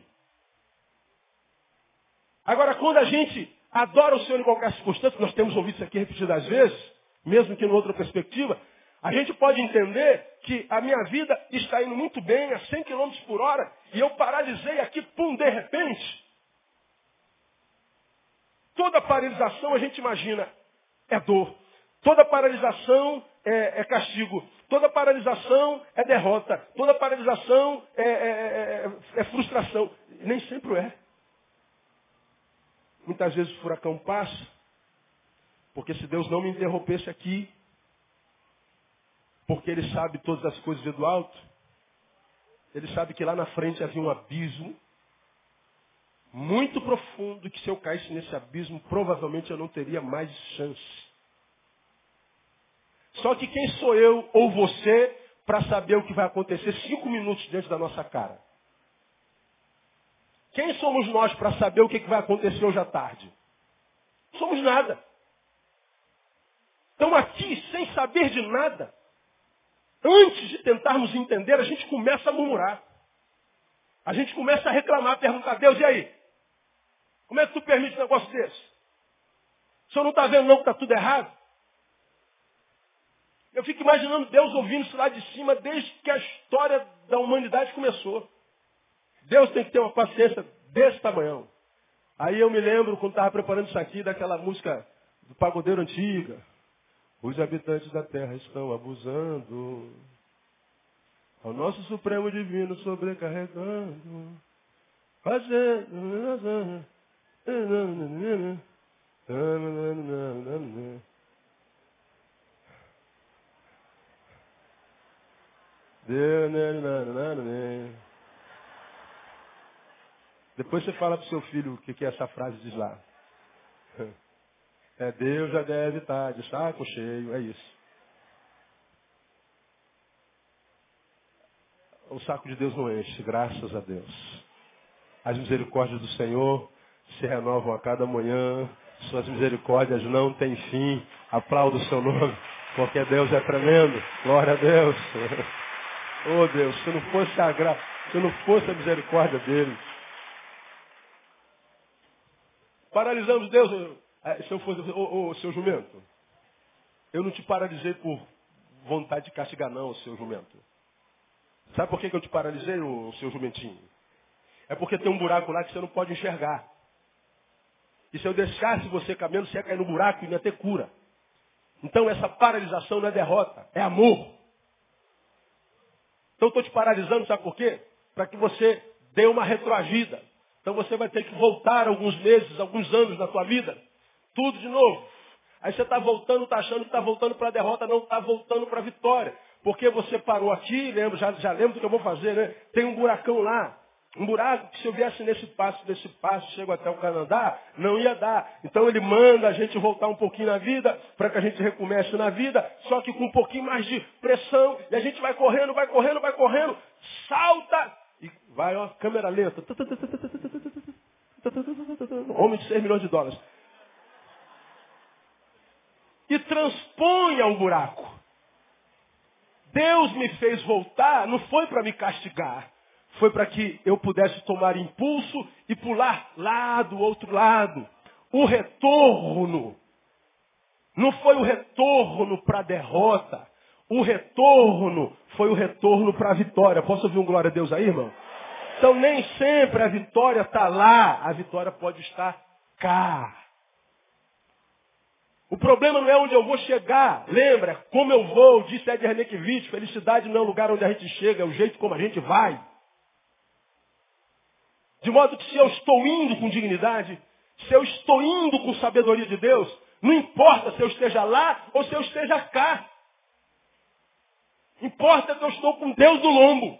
Agora, quando a gente adora o Senhor em qualquer circunstância, nós temos ouvido isso aqui repetidas vezes, mesmo que em outra perspectiva, a gente pode entender que a minha vida está indo muito bem, a 100 km por hora, e eu paralisei aqui, pum, de repente. Toda paralisação, a gente imagina, é dor. Toda paralisação é castigo. Toda paralisação é derrota. Toda paralisação é frustração. Nem sempre é. Muitas vezes o furacão passa, porque se Deus não me interrompesse aqui, porque Ele sabe todas as coisas do alto, Ele sabe que lá na frente havia um abismo muito profundo, que se eu caísse nesse abismo, provavelmente eu não teria mais chance. Só que quem sou eu ou você para saber o que vai acontecer 5 minutos diante da nossa cara? Quem somos nós para saber o que vai acontecer hoje à tarde? Somos nada. Então aqui, sem saber de nada, antes de tentarmos entender, a gente começa a murmurar. A gente começa a reclamar, perguntar, Deus, e aí? Como é que tu permite um negócio desse? O senhor não está vendo não que está tudo errado? Eu fico imaginando Deus ouvindo isso lá de cima desde que a história da humanidade começou. Deus tem que ter uma paciência desse tamanhão. Aí eu me lembro, quando estava preparando isso aqui, daquela música do pagodeiro antiga. Os habitantes da terra estão abusando. Ao nosso Supremo Divino sobrecarregando. Fazendo. Depois você fala para o seu filho o que essa frase diz lá. Deus já deve estar de saco cheio, é isso. O saco de Deus não enche, graças a Deus. As misericórdias do Senhor se renovam a cada manhã. Suas misericórdias não têm fim. Aplauda o seu nome, porque Deus é tremendo. Glória a Deus. Oh Deus, se não fosse a graça, se não fosse a misericórdia dele. Paralisamos Deus. Se eu fosse, seu jumento, eu não te paralisei por vontade de castigar não, seu jumento. Sabe por que eu te paralisei, seu jumentinho? É porque tem um buraco lá que você não pode enxergar. E se eu deixasse você caminhando, você ia cair no buraco e não ia ter cura. Então essa paralisação não é derrota, é amor. Então eu estou te paralisando, sabe por quê? Para que você dê uma retroagida. Então você vai ter que voltar alguns meses, alguns anos na tua vida. Tudo de novo. Aí você está voltando, está achando que está voltando para a derrota, não está voltando para a vitória. Porque você parou aqui, já lembro do que eu vou fazer, né? Tem um buracão lá. Um buraco que se eu viesse desse passo, chego até o Canadá, não ia dar. Então ele manda a gente voltar um pouquinho na vida, para que a gente recomece na vida, só que com um pouquinho mais de pressão, e a gente vai correndo, salta, e vai, ó, câmera lenta. Homem de 6 milhões de dólares. E transpõe ao buraco. Deus me fez voltar, não foi para me castigar. Foi para que eu pudesse tomar impulso e pular lá do outro lado. O retorno não foi o retorno para a derrota. O retorno foi o retorno para a vitória. Posso ouvir um glória a Deus aí, irmão? Então nem sempre a vitória está lá. A vitória pode estar cá. O problema não é onde eu vou chegar. Lembra? Como eu vou, disse Ed Renekiewicz, felicidade não é o lugar onde a gente chega, é o jeito como a gente vai. De modo que se eu estou indo com dignidade, se eu estou indo com sabedoria de Deus, não importa se eu esteja lá ou se eu esteja cá. Importa que eu estou com Deus no lombo.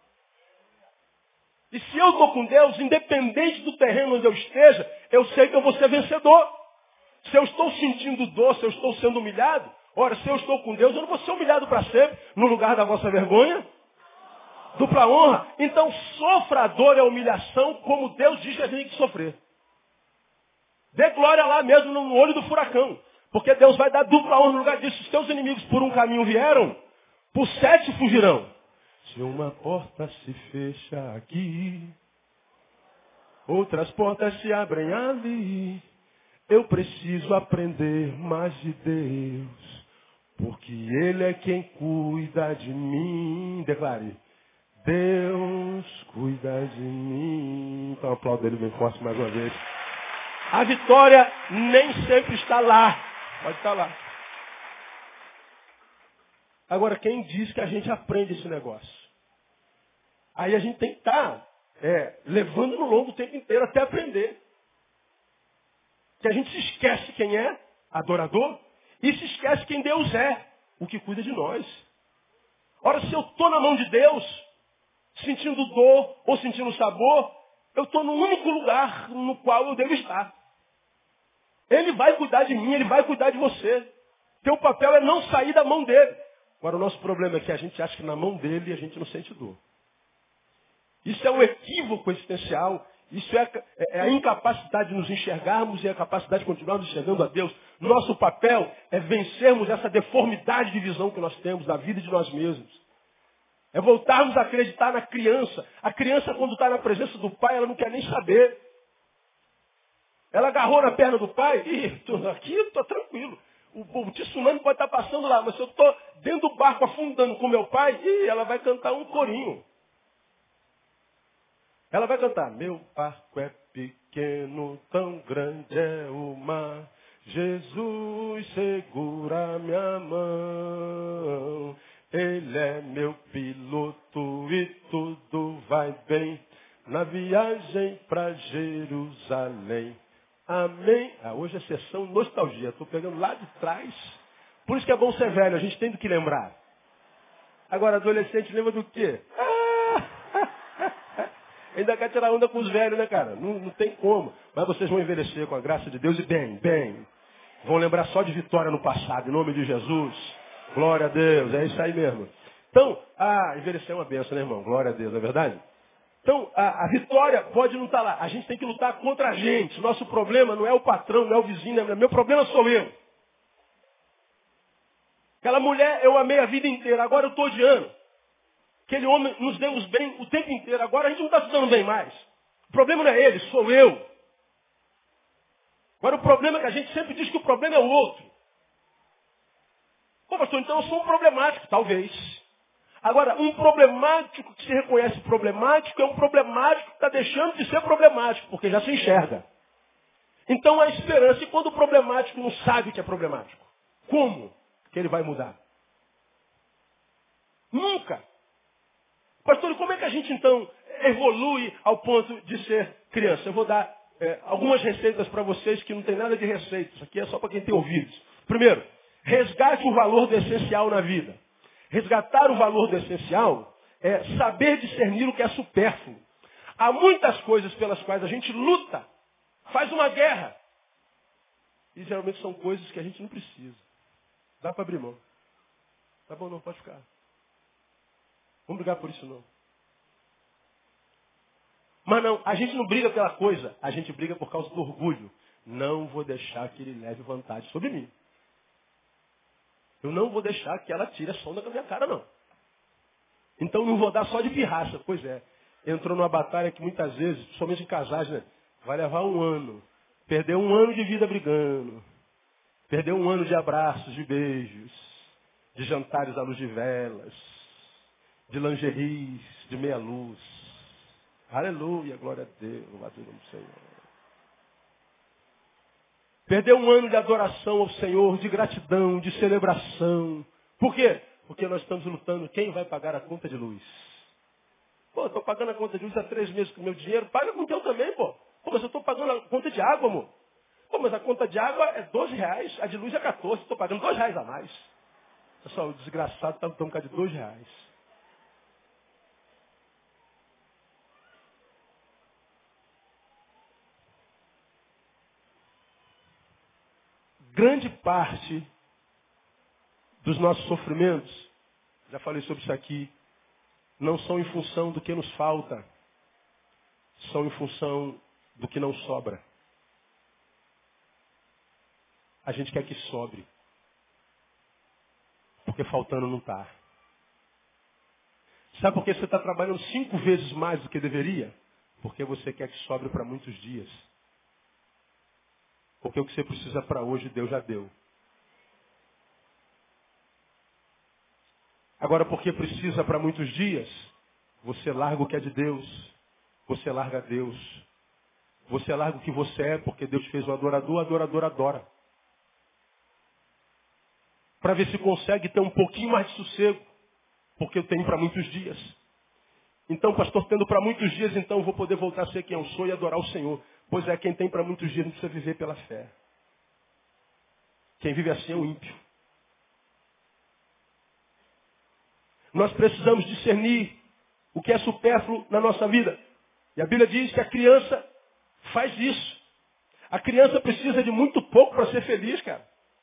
E se eu estou com Deus, independente do terreno onde eu esteja, eu sei que eu vou ser vencedor. Se eu estou sentindo dor, se eu estou sendo humilhado, ora, se eu estou com Deus, eu não vou ser humilhado para sempre, no lugar da vossa vergonha, dupla honra. Então, sofra a dor e a humilhação como Deus diz que a gente tem que sofrer. Dê glória lá mesmo no olho do furacão. Porque Deus vai dar dupla honra no lugar disso. Os teus inimigos por um caminho vieram, por 7 fugirão. Se uma porta se fecha aqui, outras portas se abrem ali. Eu preciso aprender mais de Deus, porque Ele é quem cuida de mim. Declare, Deus cuida de mim. Então aplauda Ele bem forte mais uma vez. A vitória nem sempre está lá. Pode estar lá. Agora, quem diz que a gente aprende esse negócio? Aí a gente tem que estar levando no longo o tempo inteiro até aprender. Que a gente se esquece quem é, adorador, e se esquece quem Deus é, o que cuida de nós. Ora, se eu estou na mão de Deus, sentindo dor ou sentindo sabor, eu estou no único lugar no qual eu devo estar. Ele vai cuidar de mim, Ele vai cuidar de você. Teu papel é não sair da mão dele. Agora, o nosso problema é que a gente acha que na mão dele a gente não sente dor. Isso é um equívoco existencial. Isso é a incapacidade de nos enxergarmos e a capacidade de continuarmos enxergando a Deus. Nosso papel é vencermos essa deformidade de visão que nós temos da vida e de nós mesmos. É voltarmos a acreditar na criança. A criança, quando está na presença do pai, ela não quer nem saber. Ela agarrou na perna do pai e aqui eu estou tranquilo. O tsunami pode estar passando lá, mas se eu estou dentro do barco afundando com meu pai, ela vai cantar um corinho. Ela vai cantar, meu barco é pequeno, tão grande é o mar. Jesus segura minha mão. Ele é meu piloto e tudo vai bem na viagem para Jerusalém. Amém. Hoje é sessão nostalgia. Estou pegando lá de trás. Por isso que é bom ser velho. A gente tem do que lembrar. Agora, adolescente lembra do quê? Ainda quer tirar onda com os velhos, né, cara? Não tem como. Mas vocês vão envelhecer com a graça de Deus e bem. Vão lembrar só de vitória no passado, em nome de Jesus. Glória a Deus, é isso aí mesmo. Então, envelhecer é uma benção, né, irmão? Glória a Deus, não é verdade? Então, a vitória pode não estar lá. A gente tem que lutar contra a gente. Nosso problema não é o patrão, não é o vizinho, não é meu problema sou eu. Aquela mulher eu amei a vida inteira, agora eu estou odiando. Aquele homem nos deu os bem o tempo inteiro. Agora a gente não está se dando bem mais. O problema não é ele, sou eu. Agora o problema é que a gente sempre diz que o problema é o outro. Pô, pastor, então eu sou um problemático. Talvez. Agora, um problemático que se reconhece problemático é um problemático que está deixando de ser problemático, porque já se enxerga. Então há esperança. E quando o problemático não sabe que é problemático? Como que ele vai mudar? Nunca. Pastor, como é que a gente então evolui ao ponto de ser criança? Eu vou dar algumas receitas para vocês que não tem nada de receitas. Isso aqui é só para quem tem ouvidos. Primeiro, resgate o valor do essencial na vida. Resgatar o valor do essencial é saber discernir o que é supérfluo. Há muitas coisas pelas quais a gente luta, faz uma guerra. E geralmente são coisas que a gente não precisa. Dá para abrir mão. Tá bom, não, pode ficar. Vamos brigar por isso não. Mas não, a gente não briga pela coisa, a gente briga por causa do orgulho. Não vou deixar que ele leve vantagem sobre mim. Eu não vou deixar que ela tire a sonda da minha cara, não. Então não vou dar só de pirraça. Pois é, entrou numa batalha que muitas vezes, principalmente em casais, né, vai levar 1 ano. Perdeu 1 ano de vida brigando. Perdeu 1 ano de abraços, de beijos, de jantares à luz de velas, de lingeries, de meia luz. Aleluia, glória a Deus, louvado seja o nome do Senhor. Perdeu um ano de adoração ao Senhor, de gratidão, de celebração. Por quê? Porque nós estamos lutando. Quem vai pagar a conta de luz? Pô, estou pagando a conta de luz há 3 meses com o meu dinheiro. Paga com o teu também, pô. Pô, mas eu estou pagando a conta de água, amor. Pô, mas a conta de água é R$ 12, a de luz é 14. Estou pagando R$ 2 a mais. Pessoal, o desgraçado está lutando por causa de R$ 2. Grande parte dos nossos sofrimentos, já falei sobre isso aqui, não são em função do que nos falta, são em função do que não sobra. A gente quer que sobre, porque faltando não está. Sabe por que você está trabalhando 5 vezes mais do que deveria? Porque você quer que sobre para muitos dias. Porque o que você precisa para hoje, Deus já deu. Agora, porque precisa para muitos dias, você larga o que é de Deus. Você larga Deus. Você larga o que você é, porque Deus fez o adorador, o adorador adora. Para ver se consegue ter um pouquinho mais de sossego, porque eu tenho para muitos dias. Então, pastor, tendo para muitos dias, então eu vou poder voltar a ser quem eu sou e adorar o Senhor. Pois é, quem tem para muitos dias não precisa viver pela fé. Quem vive assim é o ímpio. Nós precisamos discernir o que é supérfluo na nossa vida. E a Bíblia diz que a criança faz isso. A criança precisa de muito pouco para ser feliz, cara.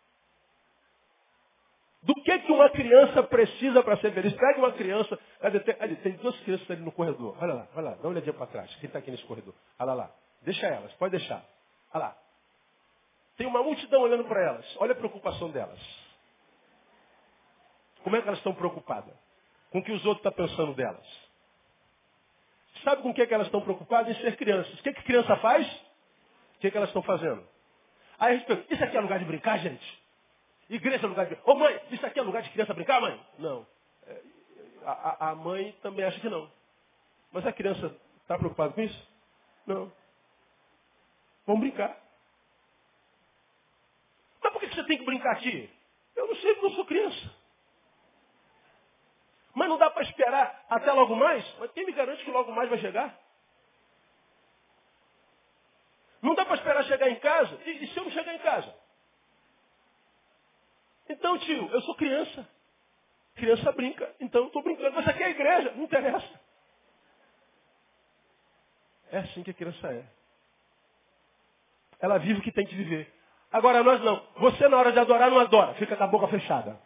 Do que uma criança precisa para ser feliz? Pega uma criança. Ali, tem 2 crianças ali no corredor. Olha lá, dá uma olhadinha para trás. Quem está aqui nesse corredor? Olha lá. Deixa elas, pode deixar. Olha lá. Tem uma multidão olhando para elas. Olha a preocupação delas. Como é que elas estão preocupadas? Com o que os outros estão pensando delas. Sabe com o que elas estão preocupadas? Em ser crianças. O que criança faz? O que elas estão fazendo? Aí a gente pergunta, isso aqui é lugar de brincar, gente? Igreja é lugar de brincar. Ô mãe, isso aqui é lugar de criança brincar, mãe? Não. A mãe também acha que não. Mas a criança está preocupada com isso? Não. Vamos brincar. Mas por que você tem que brincar aqui? Eu não sei, porque eu sou criança. Mas não dá para esperar até logo mais? Mas quem me garante que logo mais vai chegar? Não dá para esperar chegar em casa? E se eu não chegar em casa? Então, tio, eu sou criança. Criança brinca, então eu estou brincando. Mas aqui é a igreja, não interessa. É assim que a criança é. Ela vive o que tem que viver. Agora nós não. Você na hora de adorar não adora, fica com a boca fechada.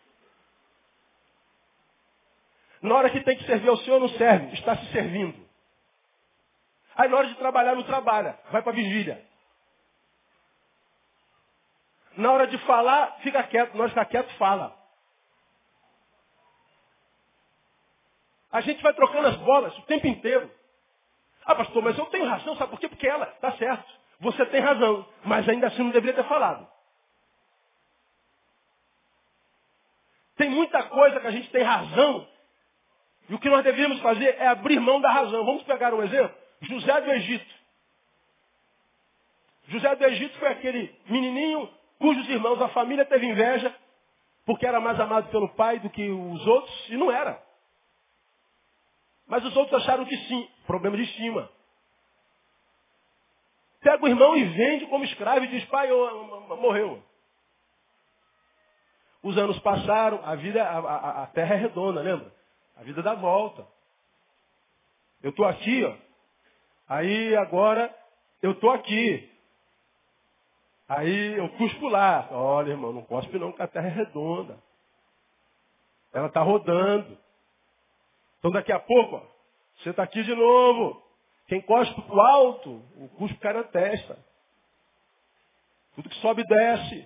Na hora que tem que servir ao Senhor não serve, está se servindo. Aí na hora de trabalhar não trabalha, vai para a vigília. Na hora de falar, fica quieto. Na hora de ficar quieto, fala. A gente vai trocando as bolas o tempo inteiro. Ah, pastor, mas eu tenho razão, sabe por quê? Porque ela, tá certo. Você tem razão, mas ainda assim não deveria ter falado. Tem muita coisa que a gente tem razão, e o que nós deveríamos fazer é abrir mão da razão. Vamos pegar um exemplo? José do Egito. José do Egito foi aquele menininho cujos irmãos, a família teve inveja, porque era mais amado pelo pai do que os outros, e não era. Mas os outros acharam que sim. Problema de estima. Pega o irmão e vende como escravo e diz, pai, morreu. Os anos passaram, a vida, a terra é redonda, lembra? A vida dá volta. Eu estou aqui, ó. Aí agora eu estou aqui. Aí eu cuspo lá. Olha, irmão, não cospe não, porque a terra é redonda. Ela está rodando. Então daqui a pouco, ó, você está aqui de novo. Quem cospe para o alto, o cuspe cai na testa. Tudo que sobe desce.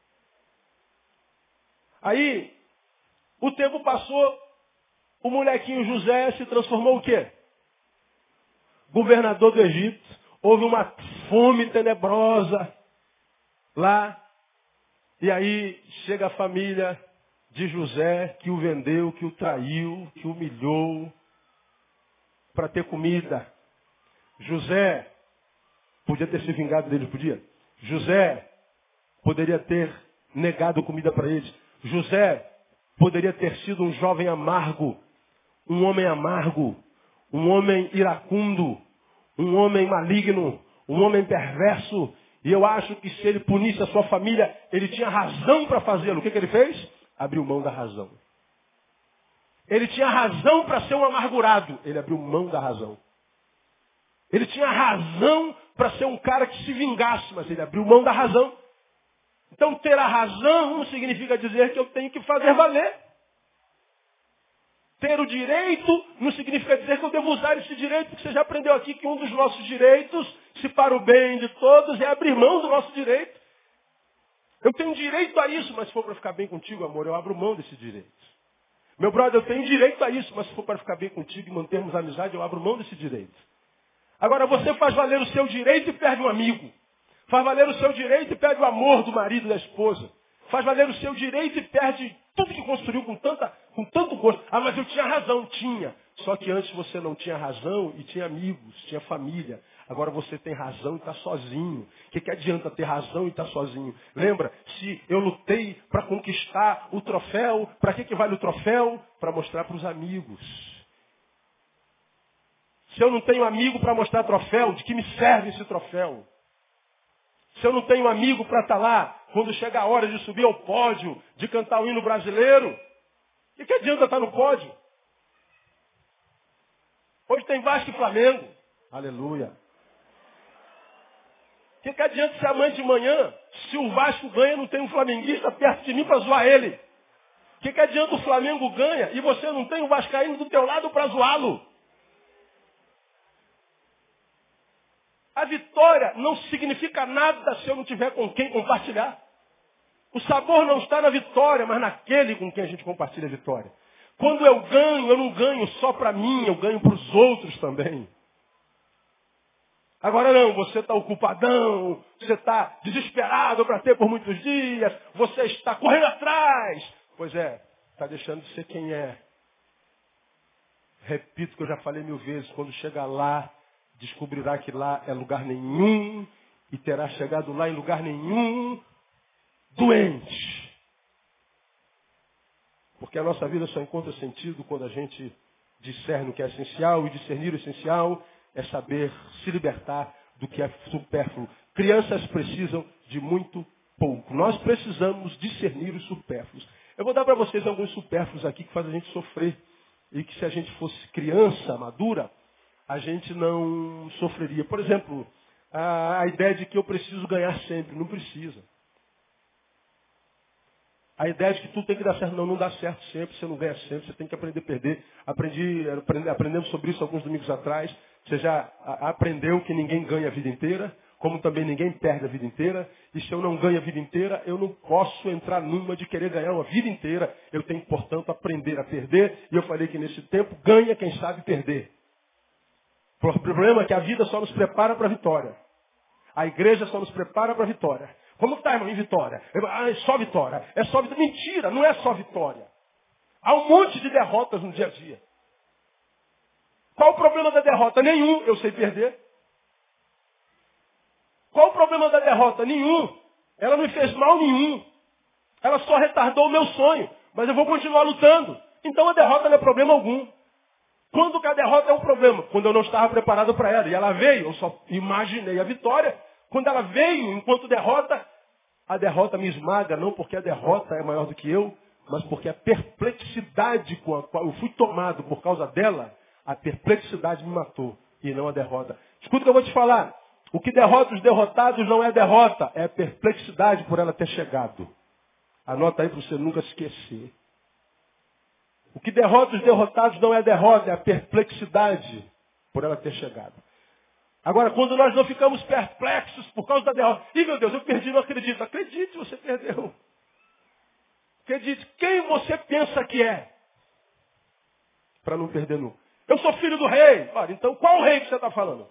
Aí, o tempo passou, o molequinho José se transformou o quê? Governador do Egito. Houve uma fome tenebrosa lá. E aí chega a família de José, que o vendeu, que o traiu, que o humilhou para ter comida. José podia ter se vingado dele, podia? José poderia ter negado comida para eles. José poderia ter sido um jovem amargo, um homem iracundo, um homem maligno, um homem perverso. E eu acho que se ele punisse a sua família, ele tinha razão para fazê-lo. O que ele fez? Abriu mão da razão. Ele tinha razão para ser um amargurado. Ele abriu mão da razão. Ele tinha razão para ser um cara que se vingasse, mas ele abriu mão da razão. Então ter a razão não significa dizer que eu tenho que fazer valer. Ter o direito não significa dizer que eu devo usar esse direito, porque você já aprendeu aqui que um dos nossos direitos, se para o bem de todos, é abrir mão do nosso direito. Eu tenho direito a isso, mas se for para ficar bem contigo, amor, eu abro mão desse direito. Meu brother, eu tenho direito a isso, mas se for para ficar bem contigo e mantermos a amizade, eu abro mão desse direito. Agora, você faz valer o seu direito e perde um amigo. Faz valer o seu direito e perde o amor do marido e da esposa. Faz valer o seu direito e perde tudo que construiu com tanto gosto. Ah, mas eu tinha razão. Tinha. Só que antes você não tinha razão e tinha amigos, tinha família. Agora você tem razão e está sozinho. O que adianta ter razão e estar sozinho? Lembra? Se eu lutei para conquistar o troféu, para que vale o troféu? Para mostrar para os amigos. Se eu não tenho amigo para mostrar troféu, de que me serve esse troféu? Se eu não tenho amigo para estar lá, quando chega a hora de subir ao pódio, de cantar o hino brasileiro, o que adianta estar no pódio? Hoje tem Vasco e Flamengo. Aleluia. O que adianta ser amanhã de manhã, se o Vasco ganha, não tem um flamenguista perto de mim para zoar ele? O que adianta o Flamengo ganha e você não tem o vascaíno do teu lado para zoá-lo? A vitória não significa nada se eu não tiver com quem compartilhar. O sabor não está na vitória, mas naquele com quem a gente compartilha a vitória. Quando eu ganho, eu não ganho só para mim, eu ganho para os outros também. Agora não, você está ocupadão, você está desesperado para ter por muitos dias, você está correndo atrás. Pois é, está deixando de ser quem é. Repito o que eu já falei 1000 vezes, quando chegar lá, descobrirá que lá é lugar nenhum e terá chegado lá em lugar nenhum doente. Porque a nossa vida só encontra sentido quando a gente discerne o que é essencial, e discernir o essencial é saber se libertar do que é supérfluo. Crianças precisam de muito pouco. Nós precisamos discernir os supérfluos. Eu vou dar para vocês alguns supérfluos aqui que fazem a gente sofrer. E que se a gente fosse criança madura, a gente não sofreria. Por exemplo, a ideia de que eu preciso ganhar sempre. Não precisa. A ideia de que tudo tem que dar certo. Não dá certo sempre. Você não ganha sempre. Você tem que aprender a perder. Aprendemos sobre isso alguns domingos atrás. Você já aprendeu que ninguém ganha a vida inteira. Como também ninguém perde a vida inteira. E se eu não ganho a vida inteira, eu não posso entrar numa de querer ganhar uma vida inteira. Eu tenho, portanto, aprender a perder. E eu falei que nesse tempo ganha quem sabe perder. O problema é que a vida só nos prepara para a vitória. A igreja só nos prepara para a vitória. Como está, irmão, em vitória? É só vitória. É só vitória. Mentira, não é só vitória. Há um monte de derrotas no dia a dia. Qual o problema da derrota? Nenhum. Eu sei perder. Qual o problema da derrota? Nenhum. Ela não me fez mal nenhum. Ela só retardou o meu sonho. Mas eu vou continuar lutando. Então a derrota não é problema algum. Quando que a derrota é um problema? Quando eu não estava preparado para ela. E ela veio, eu só imaginei a vitória. Quando ela veio, enquanto derrota, a derrota me esmaga. Não porque a derrota é maior do que eu, mas porque a perplexidade com a qual eu fui tomado por causa dela, a perplexidade me matou. E não a derrota. Escuta o que eu vou te falar. O que derrota os derrotados não é derrota, é a perplexidade por ela ter chegado. Anota aí para você nunca esquecer. O que derrota os derrotados não é derrota, é a perplexidade por ela ter chegado. Agora, quando nós não ficamos perplexos por causa da derrota, ih, meu Deus, eu perdi, não acredito. Acredite, você perdeu. Acredite, quem você pensa que é? Para não perder nunca. Eu sou filho do rei. Olha, então qual rei que você está falando?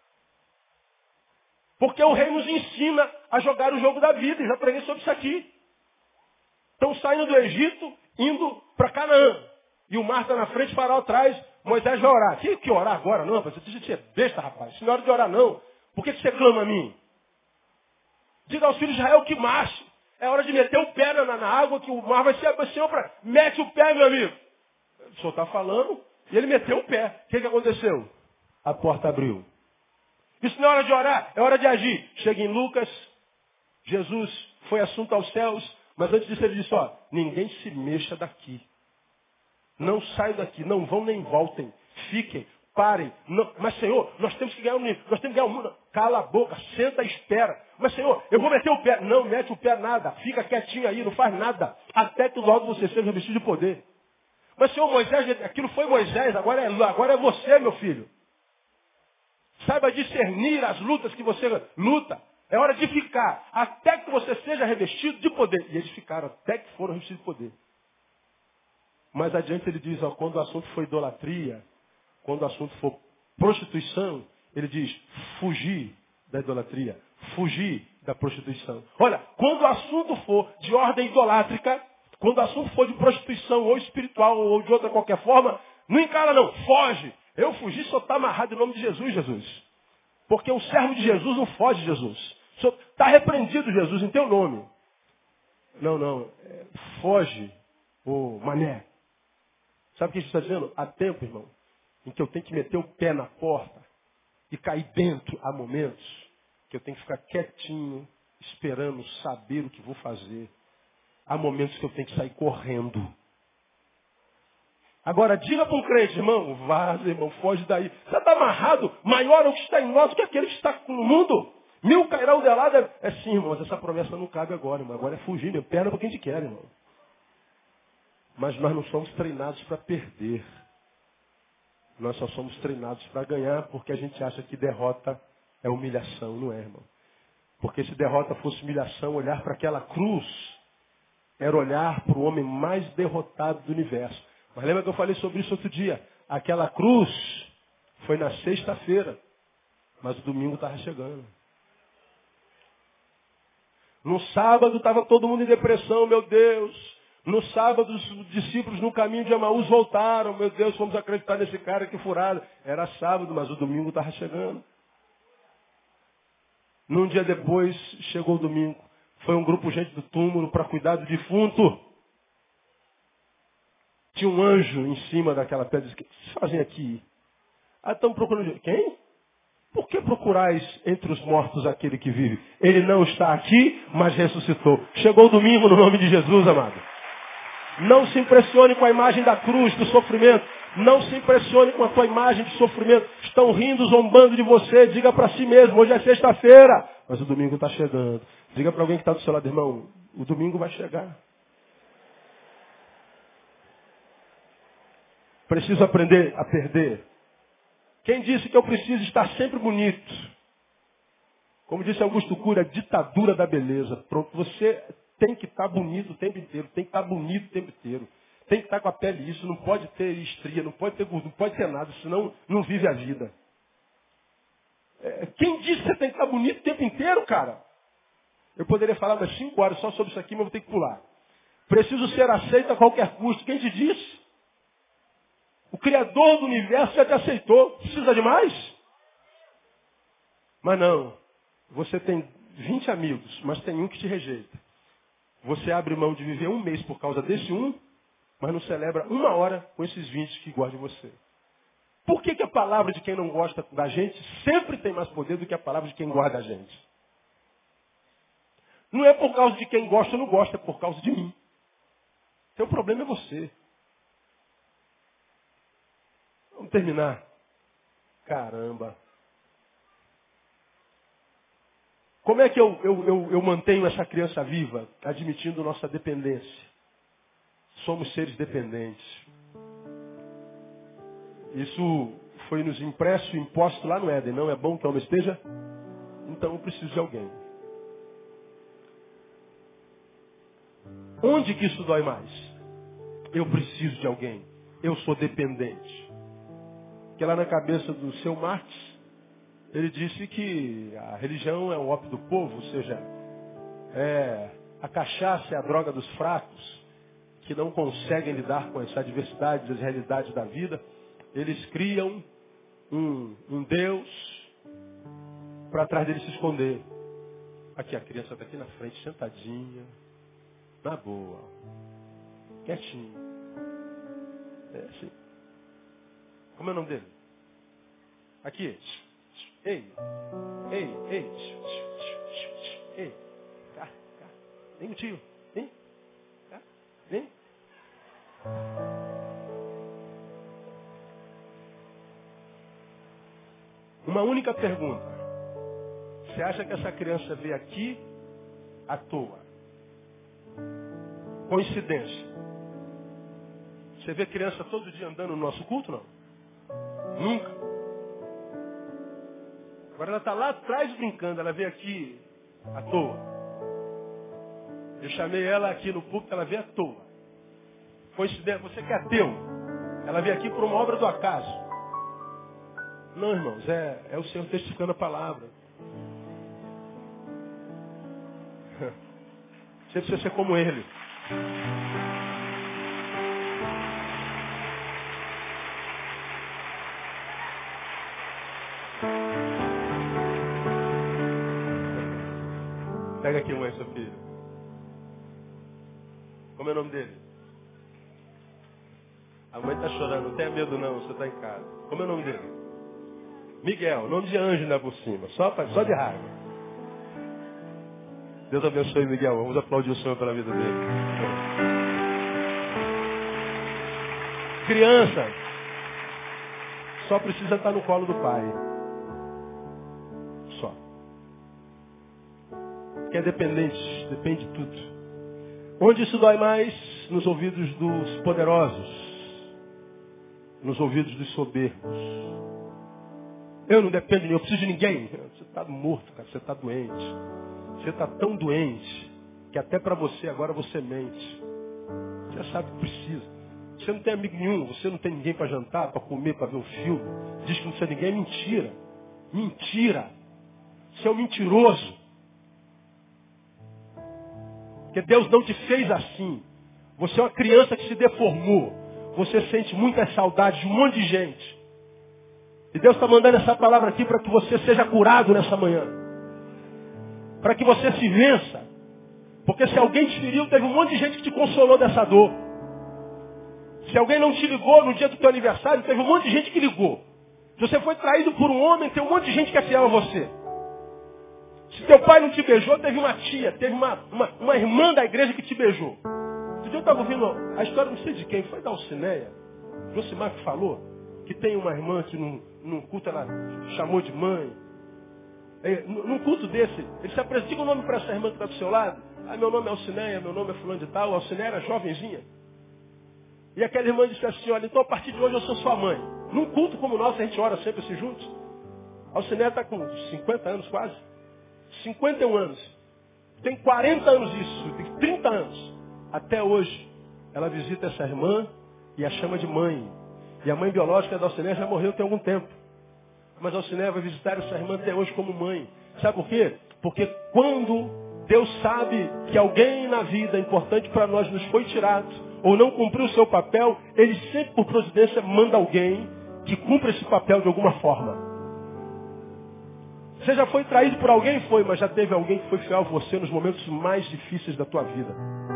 Porque o rei nos ensina a jogar o jogo da vida. E já aprendi sobre isso aqui. Estão saindo do Egito, indo para Canaã. E o mar está na frente, Faraó atrás. Moisés vai orar. Que orar agora? Não, rapaz. Você é besta, rapaz. Isso não é hora de orar, não. Por que você clama a mim? Diga aos filhos de Israel que marche. É hora de meter o pé na água, que o mar vai ser Senhor, mete o pé, meu amigo. O senhor está falando, e ele meteu o pé. O que aconteceu? A porta abriu. Isso não é hora de orar, é hora de agir. Chega em Lucas, Jesus foi assunto aos céus, mas antes disso ele disse, ninguém se mexa daqui. Não saiam daqui, não vão nem voltem. Fiquem, parem. Não, mas Senhor, nós temos que ganhar um nível, nós temos que ganhar um mundo. Cala a boca, senta e espera. Mas Senhor, eu vou meter o pé. Não mete o pé nada, fica quietinho aí, não faz nada. Até que logo você seja revestido de poder. Mas Senhor, Moisés, aquilo foi Moisés, agora é você, meu filho. Saiba discernir as lutas que você luta. É hora de ficar, até que você seja revestido de poder. E eles ficaram, até que foram revestidos de poder. Mais adiante ele diz, quando o assunto for idolatria, quando o assunto for prostituição, ele diz, fugir da idolatria, fugir da prostituição. Olha, quando o assunto for de ordem idolátrica, quando o assunto for de prostituição, ou espiritual, ou de outra qualquer forma, não encara não, foge. Eu fugi, só está amarrado em nome de Jesus, Jesus. Porque o servo de Jesus não foge de Jesus. Está repreendido, Jesus, em teu nome. Não, foge, ô mané. Sabe o que Jesus está dizendo? Há tempo, irmão, em que eu tenho que meter o pé na porta e cair dentro. Há momentos que eu tenho que ficar quietinho, esperando saber o que vou fazer. Há momentos que eu tenho que sair correndo. Agora, diga para um crente, irmão, vaza, irmão, foge daí. Você está amarrado, maior é o que está em nós que aquele que está no mundo. 1000 cairão de lado. É sim, irmãos, essa promessa não cabe agora, irmão. Agora é fugir, meu. Perna para quem te quer, irmão. Mas nós não somos treinados para perder. Nós só somos treinados para ganhar, porque a gente acha que derrota é humilhação, não é, irmão? Porque se derrota fosse humilhação, olhar para aquela cruz era olhar para o homem mais derrotado do universo. Mas lembra que eu falei sobre isso outro dia? Aquela cruz foi na sexta-feira, mas o domingo estava chegando. No sábado estava todo mundo em depressão, meu Deus. No sábado os discípulos no caminho de Emaús voltaram. Meu Deus, vamos acreditar nesse cara que furado. Era sábado, mas o domingo estava chegando. Num dia depois, chegou o domingo. Foi um grupo gente do túmulo para cuidar do defunto. Tinha um anjo em cima daquela pedra. Disse, o que vocês fazem aqui? Estão procurando. Quem? Por que procurais entre os mortos aquele que vive? Ele não está aqui, mas ressuscitou. Chegou o domingo no nome de Jesus, amado. Não se impressione com a imagem da cruz, do sofrimento. Não se impressione com a tua imagem de sofrimento. Estão rindo, zombando de você. Diga para si mesmo, hoje é sexta-feira, mas o domingo está chegando. Diga para alguém que está do seu lado, irmão, o domingo vai chegar. Preciso aprender a perder. Quem disse que eu preciso estar sempre bonito? Como disse Augusto Cury, a ditadura da beleza. Pronto, você tem que estar bonito o tempo inteiro, tem que estar bonito o tempo inteiro. Tem que estar com a pele isso, não pode ter estria, não pode ter gordura, não pode ter nada, senão não vive a vida. Quem disse que você tem que estar bonito o tempo inteiro, cara? Eu poderia falar umas 5 horas só sobre isso aqui, mas vou ter que pular. Preciso ser aceito a qualquer custo. Quem te disse? O Criador do universo já te aceitou. Precisa de mais? Mas não. Você tem 20 amigos, mas tem um que te rejeita. Você abre mão de viver 1 mês por causa desse um, mas não celebra 1 hora com esses 20 que gostam de você. Por que a palavra de quem não gosta da gente sempre tem mais poder do que a palavra de quem gosta da gente? Não é por causa de quem gosta ou não gosta, é por causa de mim. Então o problema é você. Vamos terminar. Caramba. Como é que eu mantenho essa criança viva? Admitindo nossa dependência. Somos seres dependentes. Isso foi nos impresso e imposto lá no Éden. Não é bom que a alma esteja? Então eu preciso de alguém. Onde que isso dói mais? Eu preciso de alguém. Eu sou dependente. Porque lá na cabeça do seu Marx, ele disse que a religião é o ópio do povo, ou seja, a cachaça é a droga dos fracos, que não conseguem lidar com as adversidades, as realidades da vida. Eles criam um Deus para atrás dele se esconder. Aqui, a criança está aqui na frente, sentadinha, na boa, quietinho. É assim. Como é o nome dele? Aqui. Ei. Ei. Cá. Vem, tio. Vem. Cá. Vem. Uma única pergunta. Você acha que essa criança veio aqui à toa? Coincidência. Você vê criança todo dia andando no nosso culto, não? Nunca. Agora ela está lá atrás brincando, ela veio aqui à toa. Eu chamei ela aqui no púlpito, ela veio à toa. Coincidência, você que é ateu, ela veio aqui por uma obra do acaso. Não, irmãos, é o Senhor testificando a palavra. Você precisa ser como Ele. Pega aqui, mãe, seu filho. Como é o nome dele? A mãe está chorando, não tenha medo não, você está em casa. Como é o nome dele? Miguel, nome de anjo ainda por cima, só de raiva. Deus abençoe Miguel, vamos aplaudir o Senhor pela vida dele. Criança só precisa estar no colo do pai. Só. Que é dependente, depende de tudo. Onde isso dói mais? Nos ouvidos dos poderosos. Nos ouvidos dos soberbos. Eu não dependo de mim, eu preciso de ninguém. Você está morto, cara, você está doente. Você está tão doente que até para você agora você mente. Você já sabe que precisa. Você não tem amigo nenhum, você não tem ninguém para jantar, para comer, para ver um filme. Diz que não precisa de ninguém, é mentira. Mentira. Você é um mentiroso. Porque Deus não te fez assim. Você é uma criança que se deformou. Você sente muitas saudades de um monte de gente. E Deus está mandando essa palavra aqui para que você seja curado nessa manhã. Para que você se vença. Porque se alguém te feriu, teve um monte de gente que te consolou dessa dor. Se alguém não te ligou no dia do teu aniversário, teve um monte de gente que ligou. Se você foi traído por um homem, tem um monte de gente que é fiel a você. Se teu pai não te beijou, teve uma tia, teve uma irmã da igreja que te beijou. Outro dia eu estava ouvindo a história, não sei de quem, foi da Alcineia. Josimar que falou que tem uma irmã que num culto ela chamou de mãe. Num culto desse, ele se apresenta, diga o nome para essa irmã que está do seu lado. Ah, meu nome é Alcineia, meu nome é fulano de tal. A Alcineia era jovenzinha. E aquela irmã disse assim, olha, então a partir de hoje eu sou sua mãe. Num culto como o nosso, a gente ora sempre assim juntos. A Alcineia está com 50 anos quase. 51 anos. Tem 40 anos isso, tem 30 anos. Até hoje, ela visita essa irmã e a chama de mãe. E a mãe biológica da Alcineia já morreu tem algum tempo. Mas a Alcineia vai visitar essa irmã até hoje como mãe. Sabe por quê? Porque quando Deus sabe que alguém na vida importante para nós nos foi tirado, ou não cumpriu o seu papel, Ele sempre, por providência, manda alguém que cumpra esse papel de alguma forma. Você já foi traído por alguém? Foi, mas já teve alguém que foi fiel a você nos momentos mais difíceis da tua vida.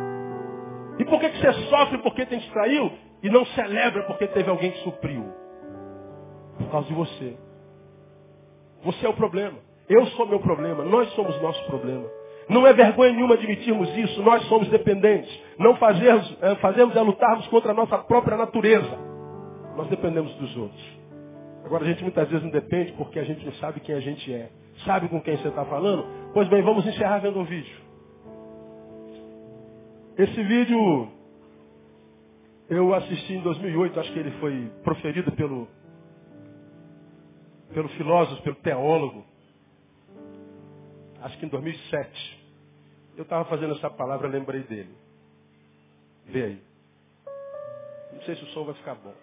E por que você sofre porque tem te traiu e não celebra porque teve alguém que supriu? Por causa de você. Você é o problema. Eu sou meu problema. Nós somos nosso problema. Não é vergonha nenhuma admitirmos isso. Nós somos dependentes. Não fazemos é lutarmos contra a nossa própria natureza. Nós dependemos dos outros. Agora a gente muitas vezes não depende porque a gente não sabe quem a gente é. Sabe com quem você está falando? Pois bem, vamos encerrar vendo um vídeo. Esse vídeo eu assisti em 2008. Acho que ele foi proferido pelo filósofo, pelo teólogo. Acho que em 2007. Eu estava fazendo essa palavra, lembrei dele. Vê aí. Não sei se o som vai ficar bom.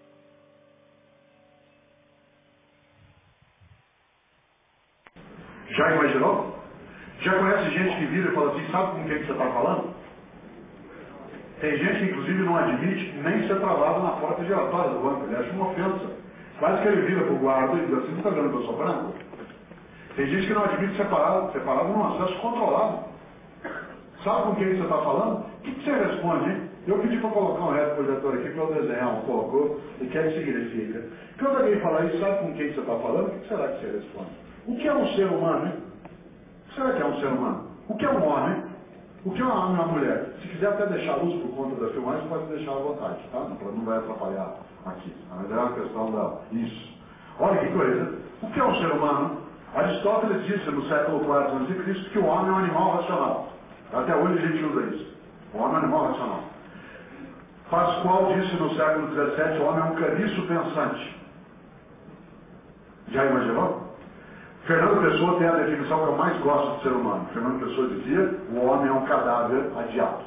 Já imaginou? Já conhece gente que vira e fala assim, sabe com quem que você está falando? Tem gente que inclusive não admite nem ser travado na porta giratória do banco. Ele acha uma ofensa. Quase que ele vira para o guarda e diz assim, não está vendo que eu sou branco? Tem gente que não admite separado num acesso controlado. Sabe com quem você está falando? O que você responde, hein? Eu pedi para colocar um reto projetor aqui para eu desenhar um pouco. E o que é que significa? Quando alguém falar isso, sabe com quem você está falando? O que será que você responde? O que é um ser humano, hein? O que será que é um ser humano? O que é um homem? O que é uma mulher? Se quiser até deixar a luz por conta da filmagem, pode deixar à vontade, tá? Não vai atrapalhar aqui. Mas é uma questão da... Isso. Olha que coisa. O que é um ser humano? Aristóteles disse no século IV a.C. que o homem é um animal racional. Até hoje a gente usa isso. O homem é um animal racional. Pascoal disse no século XVII que o homem é um caniço pensante. Já imaginou? Fernando Pessoa tem a definição que eu mais gosto de ser humano. Fernando Pessoa dizia: o homem é um cadáver adiado.